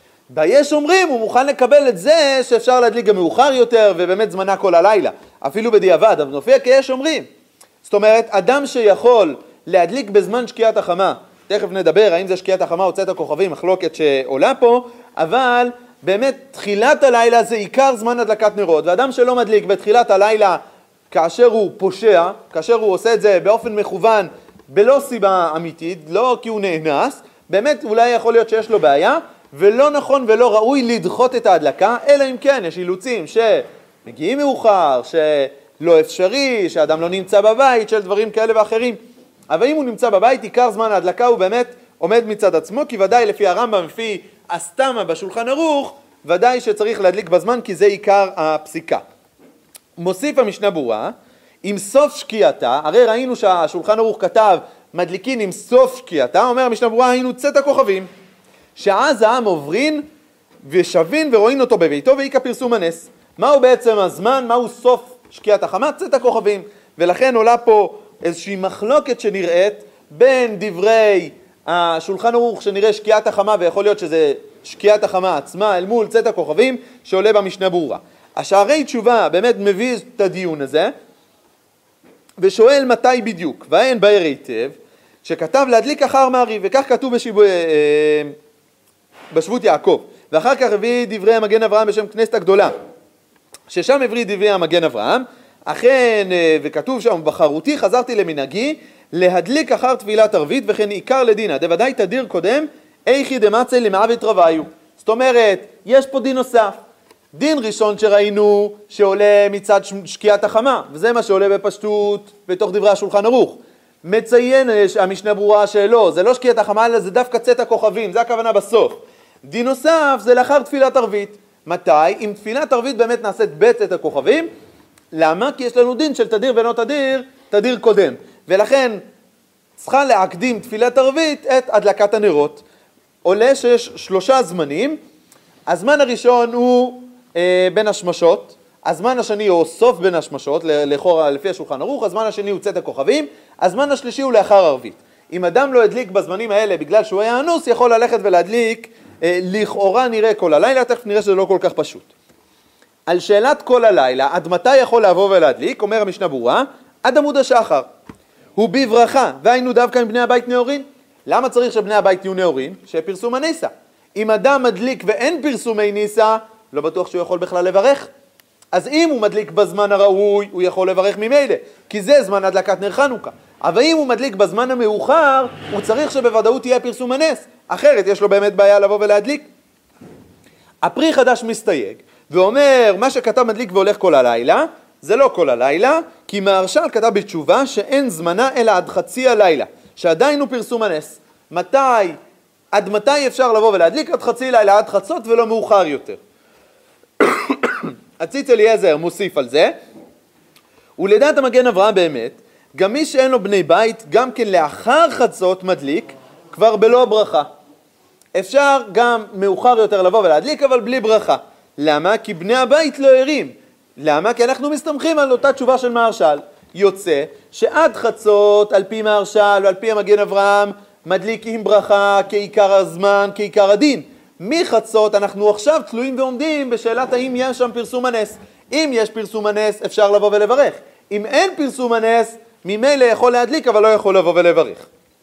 ביש אומרים הוא מוכן לקבל את זה שאפשר להדליק גם מאוחר יותר ובאמת זמנה כל הלילה, אפילו בדיעבד, אבל נופיע כיש אומרים. זאת אומרת, אדם שיכול להדליק בזמן שקיעת החמה, תכף נדבר האם זה שקיעת החמה או צאת הכוכבים, מחלוקת שעולה פה, אבל באמת תחילת הלילה זה עיקר זמן הדלקת נרות, ואדם שלא מדליק בתחילת הלילה כאשר הוא פושע, כאשר הוא עושה את זה באופן מכוון, בלא סיבה אמיתית, לא כי הוא נאנס, באמת אולי יכול להיות שיש לו בעיה, ולא נכון ולא ראוי לדחות את ההדלקה, אלא אם כן יש אילוצים שמגיעים מאוחר, שלא אפשרי, שאדם לא נמצא בבית, של דברים כאלה ואחרים. אבל אם הוא נמצא בבית, עיקר זמן ההדלקה הוא באמת עומד מצד עצמו, כי ודאי לפי הרמב"ם, לפי הסתמה בשולחן ערוך, ודאי שצריך להדליק בזמן, כי זה עיקר הפסיקה. מוסיף המשנה ברורה, עם סוף שקיעתה, הרי ראינו שהשולחן ערוך כתב מדליקין עם סוף שקיעתה, אומר המשנה ברורה, היינו צאת הכוכבים, שאז העם עוברין ושווין ורואים אותו בביתו ואיקה פרסום הנס. מהו בעצם הזמן, מהו סוף שקיעת החמה? צאת הכוכבים. ולכן עולה פה איזושהי מחלוקת שנראית בין דברי השולחן ערוך שנראה שקיעת החמה, ויכול להיות שזה שקיעת החמה עצמה, אל מול צאת הכוכבים שעולה במשנה ברורה. השערי תשובה באמת מביא את הדיון הזה, ושואל מתי בדיוק, ואין בהר היטב, שכתב להדליק אחר מעריב, וכך כתוב בשיבו, אה, בשבות יעקב, ואחר כך הביא דברי המגן אברהם בשם כנסת הגדולה, ששם הביא דברי המגן אברהם, אכן, וכתוב שם, בחרותי חזרתי למנהגי, להדליק אחר תפילת ערבית, וכן עיקר לדינא, דוודאי תדיר קודם, איכי דמצי למעוות רוויו. זאת אומרת, יש פה דין נוסף. דין ראשון שראינו שעולה מצד שקיעת החמה, וזה מה שעולה בפשטות בתוך דברי השולחן ערוך. מציין המשנה ברורה שלא, זה לא שקיעת החמה, אלא זה דווקא צאת הכוכבים, זה הכוונה בסוף. דין נוסף זה לאחר תפילת ערבית. מתי? אם תפילת ערבית באמת נעשית בצאת הכוכבים, למה? כי יש לנו דין של תדיר ולא תדיר, תדיר קודם. ולכן צריכה להקדים תפילת ערבית את הדלקת הנרות. עולה שיש שלושה זמנים, הזמן הראשון הוא אה, בין השמשות, הזמן השני הוא סוף בין השמשות, לכאורה לפי השולחן ערוך, הזמן השני הוא צאת הכוכבים, הזמן השלישי הוא לאחר ערבית. אם אדם לא הדליק בזמנים האלה בגלל שהוא היה אנוס, יכול ללכת ולהדליק, אה, לכאורה נראה כל הלילה, תכף נראה שזה לא כל כך פשוט. על שאלת כל הלילה, עד מתי יכול לעבור ולהדליק, אומר המשנה ברורה, עד עמוד השחר. הוא בברכה, והיינו דווקא עם בני הבית נאורין. למה צריך שבני הבית יהיו נאורין? שפרסום הניסה. אם אדם מדליק ואין פרסומי ניסה, לא בטוח שהוא יכול בכלל לברך. אז אם הוא מדליק בזמן הראוי, הוא יכול לברך ממילא, כי זה זמן הדלקת נר חנוכה. אבל אם הוא מדליק בזמן המאוחר, הוא צריך שבוודאות תהיה פרסום הנס. אחרת יש לו באמת בעיה לבוא ולהדליק. הפרי חדש מסתייג, ואומר, מה שכתב מדליק והולך כל הלילה, זה לא כל הלילה, כי מהרש"ל כתב בתשובה שאין זמנה אלא עד חצי הלילה, שעדיין הוא פרסום הנס. מתי, עד מתי אפשר לבוא ולהדליק? עד חצי לילה, עד חצות ולא מאוחר יותר. הציץ אליעזר מוסיף על זה, ולדעת המגן אברהם באמת, גם מי שאין לו בני בית, גם כן לאחר חצות מדליק, כבר בלא ברכה. אפשר גם מאוחר יותר לבוא ולהדליק, אבל בלי ברכה. למה? כי בני הבית לא ערים. למה? כי אנחנו מסתמכים על אותה תשובה של מהרש"ל. יוצא שעד חצות, על פי מהרש"ל ועל פי המגן אברהם, מדליק עם ברכה כעיקר הזמן, כעיקר הדין. מחצות אנחנו עכשיו תלויים ועומדים בשאלת האם יש שם פרסום הנס. אם יש פרסום הנס אפשר לבוא ולברך. אם אין פרסום הנס, ממילא יכול להדליק אבל לא יכול לבוא ולברך.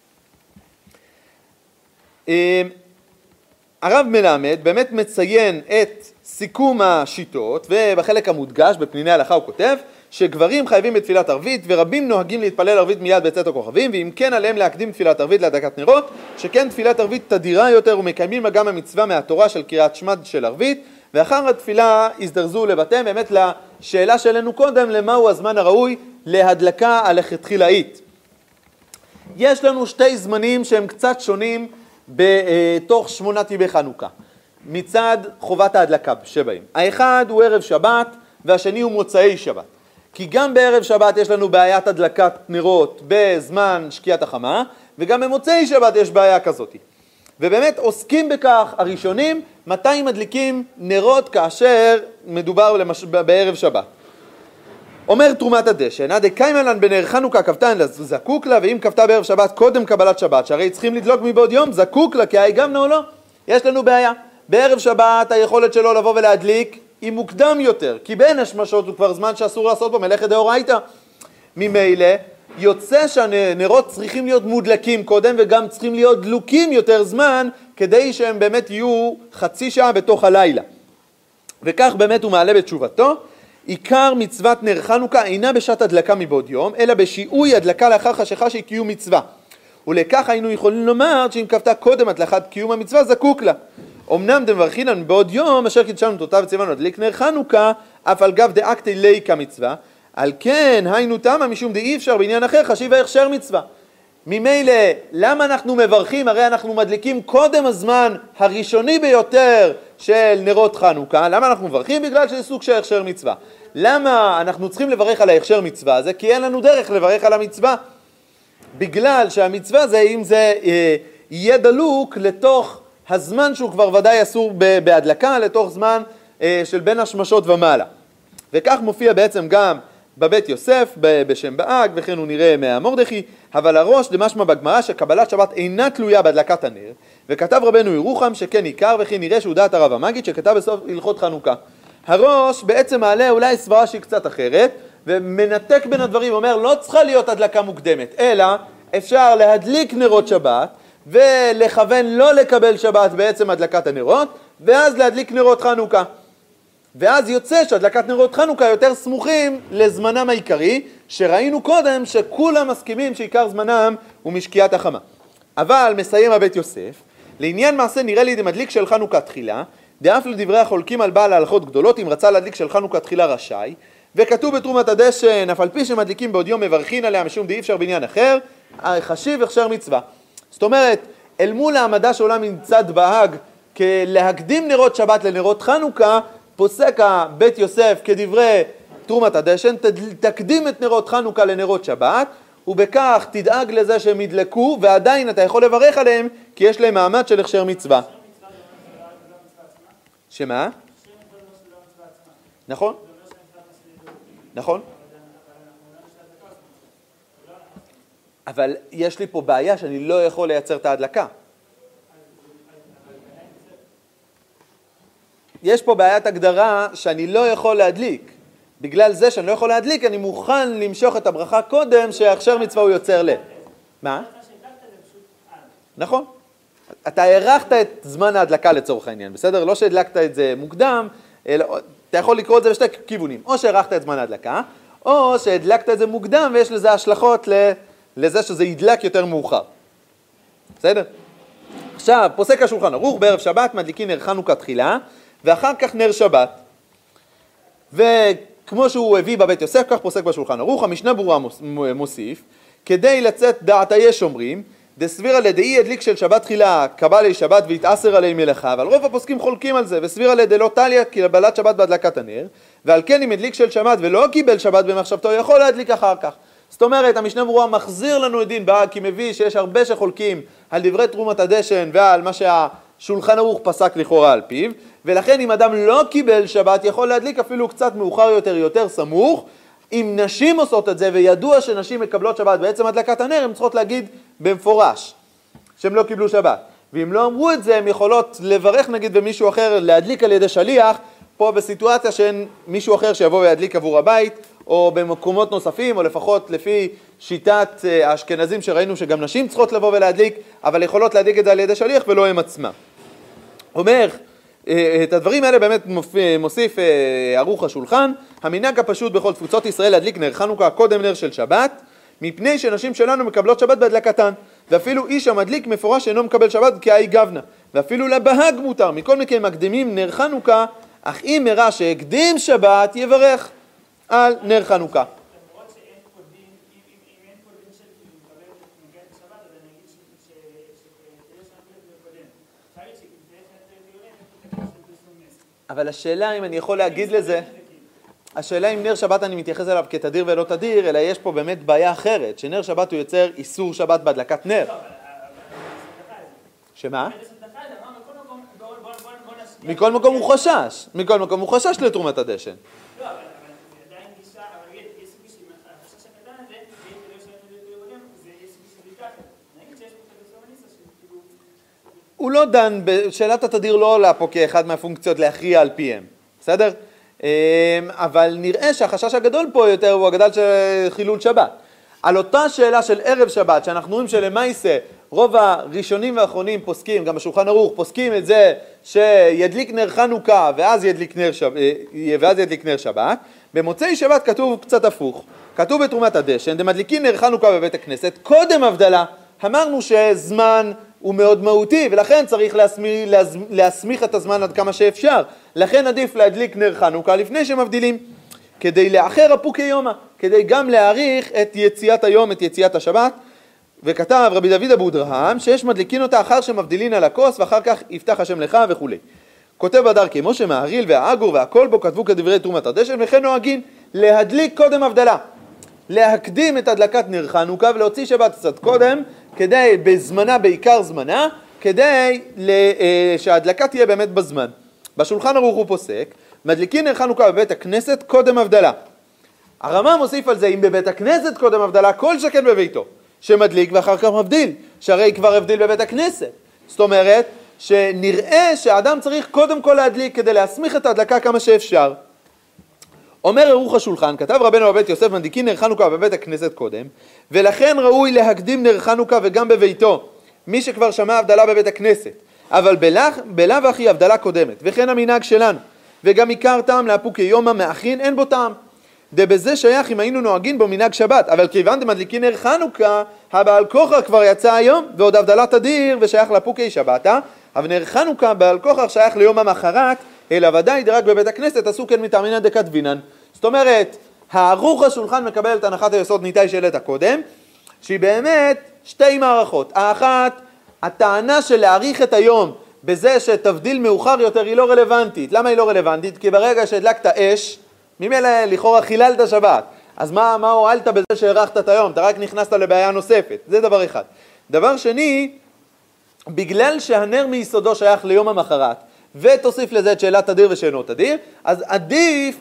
הרב מלמד באמת מציין את סיכום השיטות, ובחלק המודגש בפניני ההלכה הוא כותב שגברים חייבים בתפילת ערבית ורבים נוהגים להתפלל ערבית מיד בצאת הכוכבים, ואם כן עליהם להקדים תפילת ערבית להדלקת נרות, שכן תפילת ערבית תדירה יותר ומקיימים גם המצווה מהתורה של קריאת שמע של ערבית, ואחר התפילה הזדרזו לבתיהם, באמת לשאלה שלנו קודם, למהו הזמן הראוי להדלקה הלכתחילאית. יש לנו שתי זמנים שהם קצת שונים בתוך שמונת ימי חנוכה, מצד חובת ההדלקה שבהם. האחד הוא ערב שבת, והשני הוא מוצאי שבת. כי גם בערב שבת יש לנו בעיית הדלקת נרות בזמן שקיעת החמה, וגם במוצאי שבת יש בעיה כזאת. ובאמת עוסקים בכך הראשונים, מתי מדליקים נרות כאשר מדובר למש... בערב שבת. אומר תרומת הדשן, עד קיימלן בנר חנוכה כבתן זקוק לה, ואם כבתה בערב שבת קודם קבלת שבת, שהרי צריכים לדלוק מבעוד יום, זקוק לה, כי היגמנה או לא? יש לנו בעיה. בערב שבת היכולת שלו לבוא ולהדליק היא מוקדם יותר, כי בין השמשות הוא כבר זמן שאסור לעשות בו מלאכת דאורייתא. ממילא יוצא שהנרות צריכים להיות מודלקים קודם, וגם צריכים להיות דלוקים יותר זמן, כדי שהם באמת יהיו חצי שעה בתוך הלילה. וכך באמת הוא מעלה בתשובתו, עיקר מצוות נר חנוכה אינה בשעת הדלקה מבעוד יום, אלא בשיעוי הדלקה לאחר חשיכה שהיא קיום מצווה. ולכך היינו יכולים לומר שאם כבתה קודם הדלקת קיום המצווה זקוק לה. אמנם דמברכינן בעוד יום אשר קידשנו תותיו וציוונו להדליק נר חנוכה, אף על גב דאקתי ליה כמצווה, על כן היינו תמה משום דאי אפשר בעניין אחר חשיב ההכשר מצווה. ממילא למה אנחנו מברכים? הרי אנחנו מדליקים קודם הזמן הראשוני ביותר של נרות חנוכה. למה אנחנו מברכים? בגלל שזה סוג של הכשר מצווה. למה אנחנו צריכים לברך על ההכשר מצווה הזה? כי אין לנו דרך לברך על המצווה. בגלל שהמצווה זה, אם זה אה, יהיה דלוק לתוך הזמן שהוא כבר ודאי אסור בהדלקה, לתוך זמן אה, של בין השמשות ומעלה. וכך מופיע בעצם גם בבית יוסף בשם באג, וכן הוא נראה מהמורדכי, אבל הראש דמשמע בגמרא שקבלת שבת אינה תלויה בהדלקת הנר, וכתב רבנו ירוחם שכן עיקר, וכי נראה שהוא דעת הרב המגיד שכתב בסוף הלכות חנוכה. הראש בעצם מעלה אולי סברה שהיא קצת אחרת, ומנתק בין הדברים, אומר לא צריכה להיות הדלקה מוקדמת, אלא אפשר להדליק נרות שבת, ולכוון לא לקבל שבת בעצם הדלקת הנרות, ואז להדליק נרות חנוכה. ואז יוצא שהדלקת נרות חנוכה יותר סמוכים לזמנם העיקרי, שראינו קודם שכולם מסכימים שעיקר זמנם הוא משקיעת החמה. אבל מסיים הבית יוסף, לעניין מעשה נראה לי דמדליק של חנוכה תחילה, דאף לדברי החולקים על בעל ההלכות גדולות, אם רצה להדליק של חנוכה תחילה רשאי, וכתוב בתרומת הדשן, אף על פי שמדליקים בעוד יום מברכין עליה משום דאי אפשר בעניין אחר, חשיב הכשר מצווה. זאת אומרת, אל מול העמדה שעולה מצד בהג, כלהקדים נרות שבת לנרות חנוכה, פוסק בית יוסף כדברי תרומת הדשן, תקדים את נרות חנוכה לנרות שבת, ובכך תדאג לזה שהם ידלקו, ועדיין אתה יכול לברך עליהם, כי יש להם מעמד של הכשר מצווה. שמה? נכון? נכון? אבל יש לי פה בעיה שאני לא יכול לייצר את ההדלקה. יש פה בעיית הגדרה שאני לא יכול להדליק. בגלל זה שאני לא יכול להדליק, אני מוכן למשוך את הברכה קודם שההכשר מצווה הוא יוצר ל... מה? נכון. אתה הערכת את זמן ההדלקה לצורך העניין, בסדר? לא שהדלקת את זה מוקדם, אלא, אתה יכול לקרוא את זה בשתי כיוונים. או שהערכת את זמן ההדלקה, או שהדלקת את זה מוקדם ויש לזה השלכות לזה שזה ידלק יותר מאוחר. בסדר? עכשיו, פוסק השולחן ערוך, בערב שבת מדליקין נר חנוכה תחילה, ואחר כך נר שבת. וכמו שהוא הביא בבית יוסף, כך פוסק בשולחן ערוך, המשנה ברורה מוסיף, כדי לצאת דעתה יש אומרים, דסבירה לדאי הדליק של שבת תחילה, קבלי שבת והתאסר עלי מלאכה, אבל רוב הפוסקים חולקים על זה, וסבירה לדלא תליה קבלת שבת בהדלקת הנר, ועל כן אם הדליק של שבת ולא קיבל שבת במחשבתו, יכול להדליק אחר כך. זאת אומרת, המשנה ברורה מחזיר לנו את דין בהאג, כי מביא שיש הרבה שחולקים על דברי תרומת הדשן ועל מה שהשולחן ערוך פסק לכאורה על פיו, ולכן אם אדם לא קיבל שבת יכול להדליק אפילו קצת מאוחר יותר, יותר סמוך. אם נשים עושות את זה וידוע שנשים מקבלות שבת בעצם הדלקת הנר, הן צריכות להגיד במפורש שהם לא קיבלו שבת. ואם לא אמרו את זה, הן יכולות לברך נגיד במישהו אחר, להדליק על ידי שליח, פה בסיטואציה שאין מישהו אחר שיבוא וידליק עבור הבית, או במקומות נוספים, או לפחות לפי שיטת האשכנזים שראינו שגם נשים צריכות לבוא ולהדליק, אבל יכולות להדליק את זה על ידי שליח ולא הם עצמם. אומר, את הדברים האלה באמת מוסיף ערוך השולחן, המנהג הפשוט בכל תפוצות ישראל להדליק נר חנוכה קודם נר של שבת, מפני שנשים שלנו מקבלות שבת בהדלקתן, ואפילו איש המדליק מפורש אינו מקבל שבת כהאי גוונה, ואפילו לבהג מותר, מכל מקרה מקדימים נר חנוכה אך אם הראה שהקדים שבת, יברך על נר חנוכה. אבל השאלה אם אני יכול להגיד לזה, השאלה אם נר שבת אני מתייחס אליו כתדיר ולא תדיר, אלא יש פה באמת בעיה אחרת, שנר שבת הוא יוצר איסור שבת בהדלקת נר. שמה? מכל מקום הוא חשש, מכל מקום הוא חשש לתרומת הדשן. לא, אבל עדיין גישה, אבל יש סיכוי שהחשש הקטן הזה, לא שאתה לדבר בודם, זה יש סיכוי שזה ייקח. נגיד שיש פה טרנספורמניסה שכאילו... הוא לא דן, בשאלת התדיר לא עולה פה כאחד מהפונקציות להכריע על פיהם, בסדר? אבל נראה שהחשש הגדול פה יותר הוא הגדל של חילול שבת. על אותה שאלה של ערב שבת, שאנחנו רואים שלמעשה רוב הראשונים והאחרונים פוסקים, גם בשולחן ערוך, פוסקים את זה שידליק נר חנוכה ואז ידליק נר, שב... ואז ידליק נר שבת. במוצאי שבת כתוב קצת הפוך, כתוב בתרומת הדשן, דמדליקין נר חנוכה בבית הכנסת, קודם הבדלה, אמרנו שזמן הוא מאוד מהותי, ולכן צריך להסמיך, להסמיך את הזמן עד כמה שאפשר. לכן עדיף להדליק נר חנוכה לפני שמבדילים, כדי לאחר הפוקי יומא, כדי גם להאריך את יציאת היום, את יציאת השבת. וכתב רבי דוד אבודרהם שיש מדליקין אותה אחר שמבדילין על הכוס, ואחר כך יפתח השם לך וכו'. כותב בדר כמו שמהריל והאגור והכל בו כתבו כדברי תרומת הדשן, וכן נוהגין להדליק קודם הבדלה, להקדים את הדלקת נר חנוכה ולהוציא שבת קצת קודם, כדי בזמנה, בעיקר זמנה, כדי שההדלקה תהיה באמת בזמן. בשולחן ערוך הוא פוסק, מדליקין נר חנוכה בבית הכנסת קודם הבדלה. הרמ"א מוסיף על זה, אם בבית הכנסת קודם הבדלה, כל שכן בביתו, שמדליק ואחר כך מבדיל, שהרי כבר הבדיל בבית הכנסת. זאת אומרת, שנראה שהאדם צריך קודם כל להדליק כדי להסמיך את ההדלקה כמה שאפשר. אומר ערוך השולחן, כתב רבנו בבית יוסף, מדליקין נר חנוכה בבית הכנסת קודם, ולכן ראוי להקדים נר חנוכה וגם בביתו, מי שכבר שמע הבדלה בבית הכנסת, אבל בלאו הכי הבדלה קודמת, וכן המנהג שלנו, וגם עיקר טעם להפוקי יומא מאחין, אין בו טעם. דבזה שייך אם היינו נוהגין בו מנהג שבת, אבל כיוון דמדליקין נר חנוכה, הבעל כוחר כבר יצא היום, ועוד הבדלה תדיר ושייך לפוקי שבתה, אבל נר חנוכה בעל כוחר שייך ליום המחרת, אלא ודאי דרק בבית הכנסת עשו כן מטעמינא דכתבינן. זאת אומרת, הערוך השולחן מקבל את הנחת היסוד ניתאי שהעלית קודם, שהיא באמת שתי מערכות. האחת, הטענה של להאריך את היום בזה שתבדיל מאוחר יותר היא לא רלוונטית. למה היא לא רלוונטית? כי ברגע שהדלקת אש, ממילא לכאורה חיללת שבת. אז מה, מה הועלת בזה שהארכת את היום? אתה רק נכנסת לבעיה נוספת. זה דבר אחד. דבר שני, בגלל שהנר מיסודו שייך ליום המחרת, ותוסיף לזה את שאלת תדיר ושאינו תדיר, אז עדיף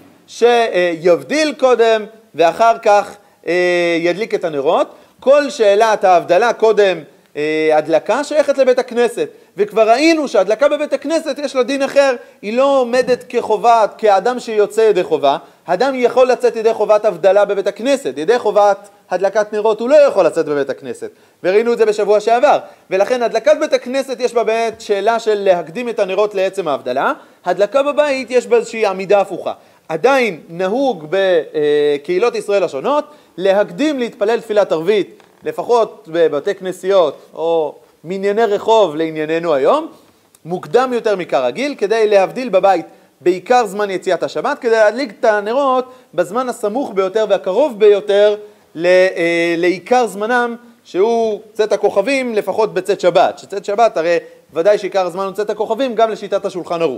שיבדיל קודם ואחר כך ידליק את הנרות. כל שאלת ההבדלה קודם הדלקה שייכת לבית הכנסת, וכבר ראינו שההדלקה בבית הכנסת יש לה דין אחר, היא לא עומדת כחובה, כאדם שיוצא ידי חובה. האדם יכול לצאת ידי חובת הבדלה בבית הכנסת, ידי חובת הדלקת נרות הוא לא יכול לצאת בבית הכנסת, וראינו את זה בשבוע שעבר. ולכן הדלקת בית הכנסת יש בה באמת שאלה של להקדים את הנרות לעצם ההבדלה, הדלקה בבית יש בה איזושהי עמידה הפוכה. עדיין נהוג בקהילות ישראל השונות להקדים להתפלל תפילת ערבית, לפחות בבתי כנסיות או מנייני רחוב לענייננו היום, מוקדם יותר מכרגיל, כדי להבדיל בבית בעיקר זמן יציאת השבת, כדי להדליק את הנרות בזמן הסמוך ביותר והקרוב ביותר לעיקר זמנם, שהוא צאת הכוכבים, לפחות בצאת שבת. שצאת שבת הרי ודאי שעיקר הזמן הוא צאת הכוכבים, גם לשיטת השולחן ערוך.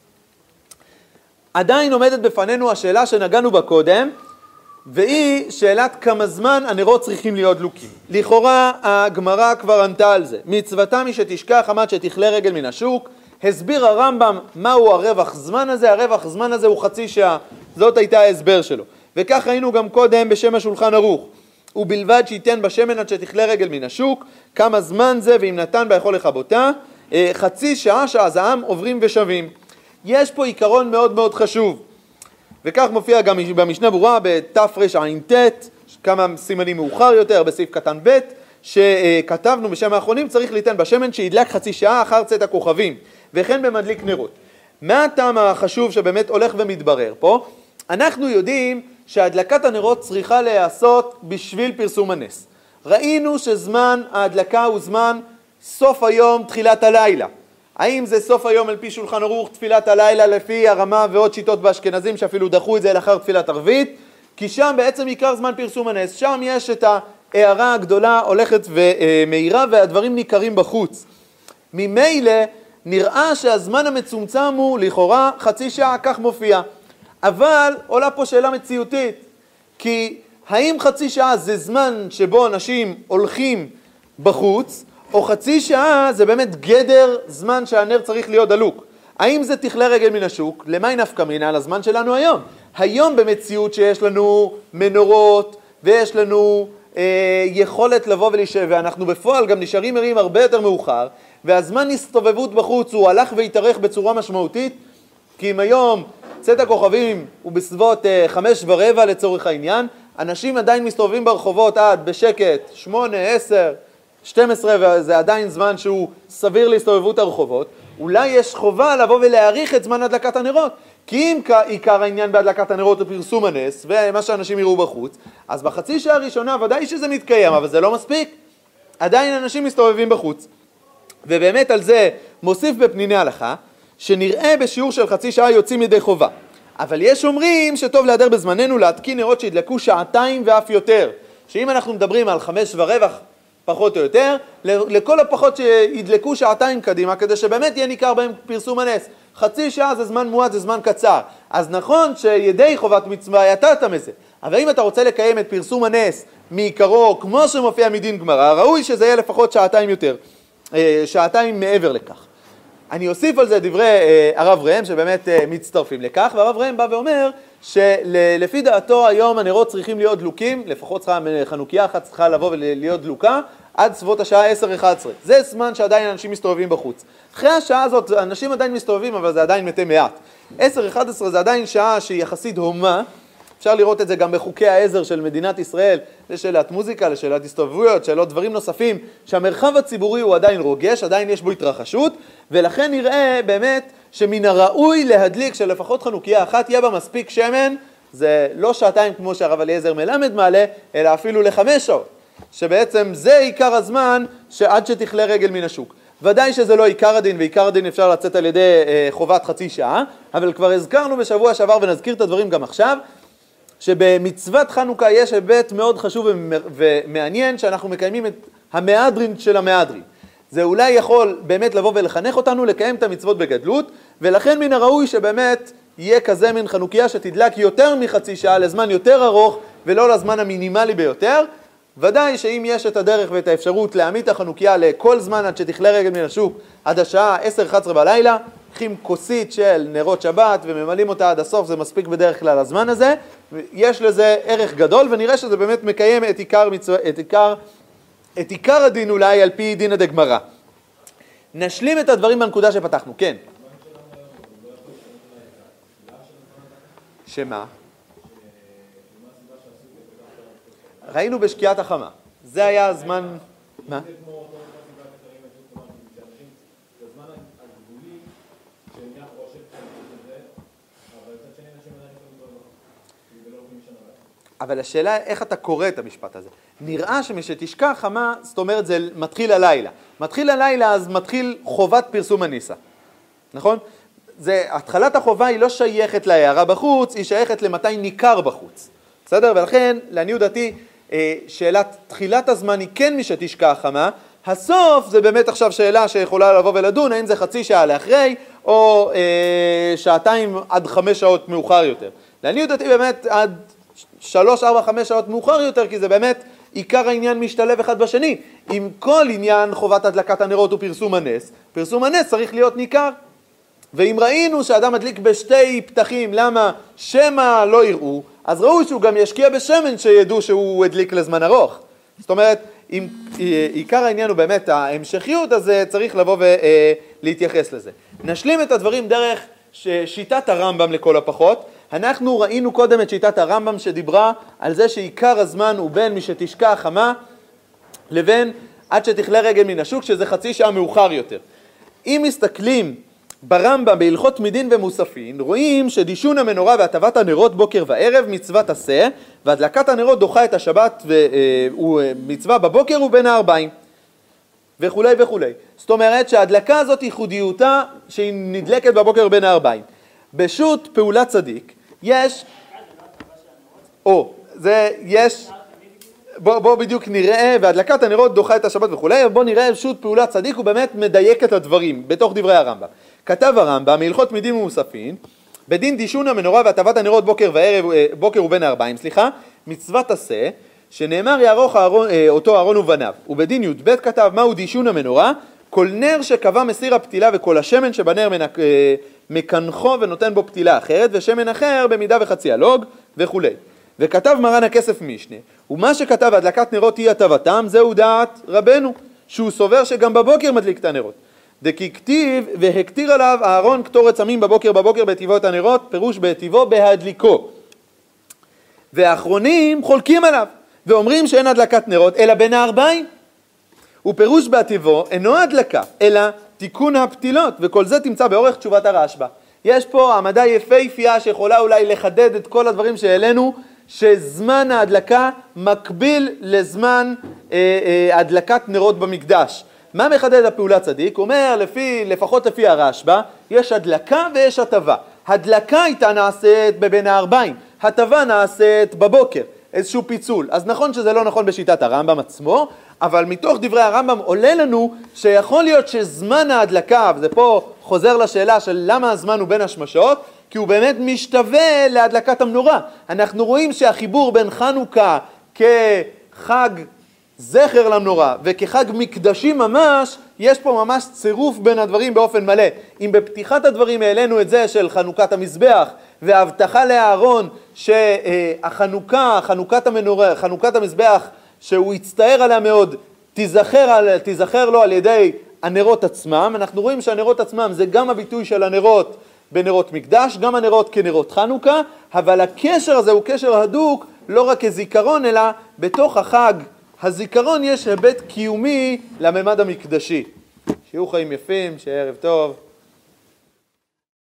עדיין עומדת בפנינו השאלה שנגענו בה קודם, והיא שאלת כמה זמן הנרות צריכים להיות דלוקים. לכאורה הגמרא כבר ענתה על זה. מצוותה מי שתשכח עמד שתכלה רגל מן השוק. הסביר הרמב"ם מהו הרווח זמן הזה. הרווח זמן הזה הוא חצי שעה. זאת הייתה ההסבר שלו. וכך ראינו גם קודם בשם השולחן ערוך. ובלבד שייתן בשמן עד שתכלה רגל מן השוק. כמה זמן זה, ואם נתן ביכול לכבותה, חצי שעה שאז העם עוברים ושווים. יש פה עיקרון מאוד מאוד חשוב. וכך מופיע גם במשנה ברורה בתרע"ט, כמה סימנים מאוחר יותר, בסעיף קטן ב', שכתבנו בשם האחרונים, צריך ליתן בשמן שידלק חצי שעה אחר צאת הכוכבים, וכן במדליק נרות. מה הטעם החשוב שבאמת הולך ומתברר פה? אנחנו יודעים שהדלקת הנרות צריכה להיעשות בשביל פרסום הנס. ראינו שזמן ההדלקה הוא זמן סוף היום, תחילת הלילה. האם זה סוף היום על פי שולחן ערוך, תפילת הלילה לפי הרמה ועוד שיטות באשכנזים שאפילו דחו את זה לאחר תפילת ערבית, כי שם בעצם עיקר זמן פרסום הנס, שם יש את ההערה הגדולה הולכת ומהירה והדברים ניכרים בחוץ. ממילא נראה שהזמן המצומצם הוא לכאורה חצי שעה, כך מופיע. אבל עולה פה שאלה מציאותית, כי האם חצי שעה זה זמן שבו אנשים הולכים בחוץ, או חצי שעה זה באמת גדר זמן שהנר צריך להיות דלוק? האם זה תכלה רגל מן השוק? למה היא נפקא מינה על הזמן שלנו היום? היום במציאות שיש לנו מנורות ויש לנו אה, יכולת לבוא ולשב, ואנחנו בפועל גם נשארים ערים הרבה יותר מאוחר, והזמן הסתובבות בחוץ הוא הלך והתארך בצורה משמעותית, כי אם היום צאת הכוכבים הוא בסביבות אה, חמש ורבע לצורך העניין, אנשים עדיין מסתובבים ברחובות עד בשקט שמונה, עשר, שתים עשרה, וזה עדיין זמן שהוא סביר להסתובבות הרחובות. אולי יש חובה לבוא ולהאריך את זמן הדלקת הנרות, כי אם עיקר העניין בהדלקת הנרות הוא פרסום הנס ומה שאנשים יראו בחוץ, אז בחצי שעה הראשונה ודאי שזה מתקיים, אבל זה לא מספיק, עדיין אנשים מסתובבים בחוץ. ובאמת על זה מוסיף בפניני הלכה שנראה בשיעור של חצי שעה יוצאים ידי חובה, אבל יש אומרים שטוב להדר בזמננו להתקין נרות שידלקו שעתיים ואף יותר, שאם אנחנו מדברים על חמש ורווח פחות או יותר, לכל הפחות שידלקו שעתיים קדימה, כדי שבאמת יהיה ניכר בהם פרסום הנס. חצי שעה זה זמן מועט, זה זמן קצר. אז נכון שידי חובת מצווה יתת מזה, אבל אם אתה רוצה לקיים את פרסום הנס מעיקרו, כמו שמופיע מדין גמרא, ראוי שזה יהיה לפחות שעתיים יותר, שעתיים מעבר לכך. אני אוסיף על זה דברי הרב ראם שבאמת מצטרפים לכך, והרב ראם בא ואומר שלפי דעתו היום הנרות צריכים להיות דלוקים, לפחות צריכה חנוכיה אחת צריכה לבוא ולהיות דלוקה עד סביבות השעה עשר אחת עשרה. זה זמן שעדיין אנשים מסתובבים בחוץ. אחרי השעה הזאת אנשים עדיין מסתובבים, אבל זה עדיין מתי מעט. עשר אחת עשרה זה עדיין שעה שהיא יחסית הומה, אפשר לראות את זה גם בחוקי העזר של מדינת ישראל, לשאלת מוזיקה, לשאלת הסתובבויות, שאלות דברים נוספים, שהמרחב הציבורי הוא עדיין רוגש, עדיין יש בו התרחשות, ולכן נראה באמת שמן הראוי להדליק שלפחות חנוכיה אחת יהיה בה מספיק שמן, זה לא שעתיים כמו שהרב אליעזר מלמד מעלה, אלא אפילו לחמש שעות, שבעצם זה עיקר הזמן שעד שתכלה רגל מן השוק. ודאי שזה לא עיקר הדין, ועיקר הדין אפשר לצאת על ידי אה, חובת חצי שעה, אבל כבר הזכרנו בשבוע שעבר ונזכיר את הדברים גם עכשיו, שבמצוות חנוכה יש היבט מאוד חשוב ומעניין שאנחנו מקיימים את המהדרין של המהדרין. זה אולי יכול באמת לבוא ולחנך אותנו לקיים את המצוות בגדלות, ולכן מן הראוי שבאמת יהיה כזה מן חנוכיה שתדלק יותר מחצי שעה לזמן יותר ארוך ולא לזמן המינימלי ביותר. ודאי שאם יש את הדרך ואת האפשרות להעמיד את החנוכיה לכל זמן עד שתכלה רגל מן השוק עד השעה עשר אחת עשרה בלילה, לוקחים כוסית של נרות שבת וממלאים אותה עד הסוף, זה מספיק בדרך כלל הזמן הזה, יש לזה ערך גדול ונראה שזה באמת מקיים את עיקר, מצו... את עיקר, את עיקר הדין אולי על פי דינא דגמרא. נשלים את הדברים בנקודה שפתחנו, כן. שמה? ראינו בשקיעת החמה, זה היה הזמן... מה? אבל השאלה איך אתה קורא את המשפט הזה. נראה שמשתשקע חמה, זאת אומרת זה מתחיל הלילה. מתחיל הלילה אז מתחיל חובת פרסום הניסה. נכון? זה, התחלת החובה היא לא שייכת להערה בחוץ, היא שייכת למתי ניכר בחוץ. בסדר? ולכן, לעניות דעתי, שאלת תחילת הזמן היא כן משתשקע חמה, הסוף זה באמת עכשיו שאלה שיכולה לבוא ולדון, האם זה חצי שעה לאחרי, או אה, שעתיים עד חמש שעות מאוחר יותר. לעניות דעתי באמת עד שלוש, ארבע, חמש שעות מאוחר יותר, כי זה באמת עיקר העניין משתלב אחד בשני. עם כל עניין חובת הדלקת הנרות ופרסום הנס, פרסום הנס צריך להיות ניכר. ואם ראינו שאדם מדליק בשתי פתחים, למה שמה לא יראו, אז ראו שהוא גם ישקיע בשמן שידעו שהוא הדליק לזמן ארוך. זאת אומרת, אם עיקר העניין הוא באמת ההמשכיות, אז צריך לבוא ולהתייחס לזה. נשלים את הדברים דרך שיטת הרמב"ם לכל הפחות. אנחנו ראינו קודם את שיטת הרמב"ם שדיברה על זה שעיקר הזמן הוא בין משתשקע החמה לבין עד שתכלה רגל מן השוק, שזה חצי שעה מאוחר יותר. אם מסתכלים ברמב"ם בהלכות מדין ומוספין, רואים שדישון המנורה והטבת הנרות בוקר וערב מצוות עשה, והדלקת הנרות דוחה את השבת והוא מצווה בבוקר ובין הארבעים. וכולי וכולי. זאת אומרת שההדלקה הזאת ייחודיותה שהיא נדלקת בבוקר בין הארבעים. בשו"ת פעולת צדיק יש, או, זה יש, בוא, בוא בדיוק נראה, והדלקת הנרות דוחה את השבת וכולי, בוא נראה שו"ת פעולת צדיק, הוא באמת מדייק את הדברים בתוך דברי הרמב"ם. כתב הרמב"ם, מהלכות תמידים ומוספין, בדין דישון המנורה והטבת הנרות בוקר וערב, בוקר ובין הארבעים, סליחה, מצוות עשה, שנאמר יערוך הארון, אותו אהרון ובניו. ובדין י"ב כתב, מהו דישון המנורה? כל נר שקבע מסיר הפתילה וכל השמן שבנר מנק, מקנחו ונותן בו פתילה אחרת, ושמן אחר במידה וחצי הלוג וכולי. וכתב מרן הכסף משנה, ומה שכתב הדלקת נרות היא הטבתם, זהו דעת רבנו, שהוא סובר שגם בבוקר מדליק את הנרות. דקי כתיב והקטיר עליו אהרון קטורת סמים בבוקר בבוקר בהטיבו את הנרות, פירוש בהטיבו בהדליקו. והאחרונים חולקים עליו, ואומרים שאין הדלקת נרות, אלא בין הארבעים. ופירוש בהטיבו אינו הדלקה, אלא תיקון הפתילות, וכל זה תמצא באורך תשובת הרשב"א. יש פה העמדה יפהפייה שיכולה אולי לחדד את כל הדברים שהעלינו, שזמן ההדלקה מקביל לזמן אה, אה, הדלקת נרות במקדש. מה מחדד הפעולת צדיק? הוא אומר, לפי, לפחות לפי הרשב"א, יש הדלקה ויש הטבה. הדלקה הייתה נעשית בבין הארבעים, הטבה נעשית בבוקר, איזשהו פיצול. אז נכון שזה לא נכון בשיטת הרמב"ם עצמו, אבל מתוך דברי הרמב"ם עולה לנו שיכול להיות שזמן ההדלקה, וזה פה חוזר לשאלה של למה הזמן הוא בין השמשות, כי הוא באמת משתווה להדלקת המנורה. אנחנו רואים שהחיבור בין חנוכה כחג זכר למנורה וכחג מקדשי ממש, יש פה ממש צירוף בין הדברים באופן מלא. אם בפתיחת הדברים העלינו את זה של חנוכת המזבח והבטחה לאהרון שהחנוכה, חנוכת המנורה, חנוכת המזבח שהוא יצטער עליה מאוד, תיזכר, על, תיזכר לו על ידי הנרות עצמם. אנחנו רואים שהנרות עצמם זה גם הביטוי של הנרות בנרות מקדש, גם הנרות כנרות חנוכה, אבל הקשר הזה הוא קשר הדוק, לא רק כזיכרון, אלא בתוך החג הזיכרון יש היבט קיומי לממד המקדשי. שיהיו חיים יפים, שיהיה ערב טוב.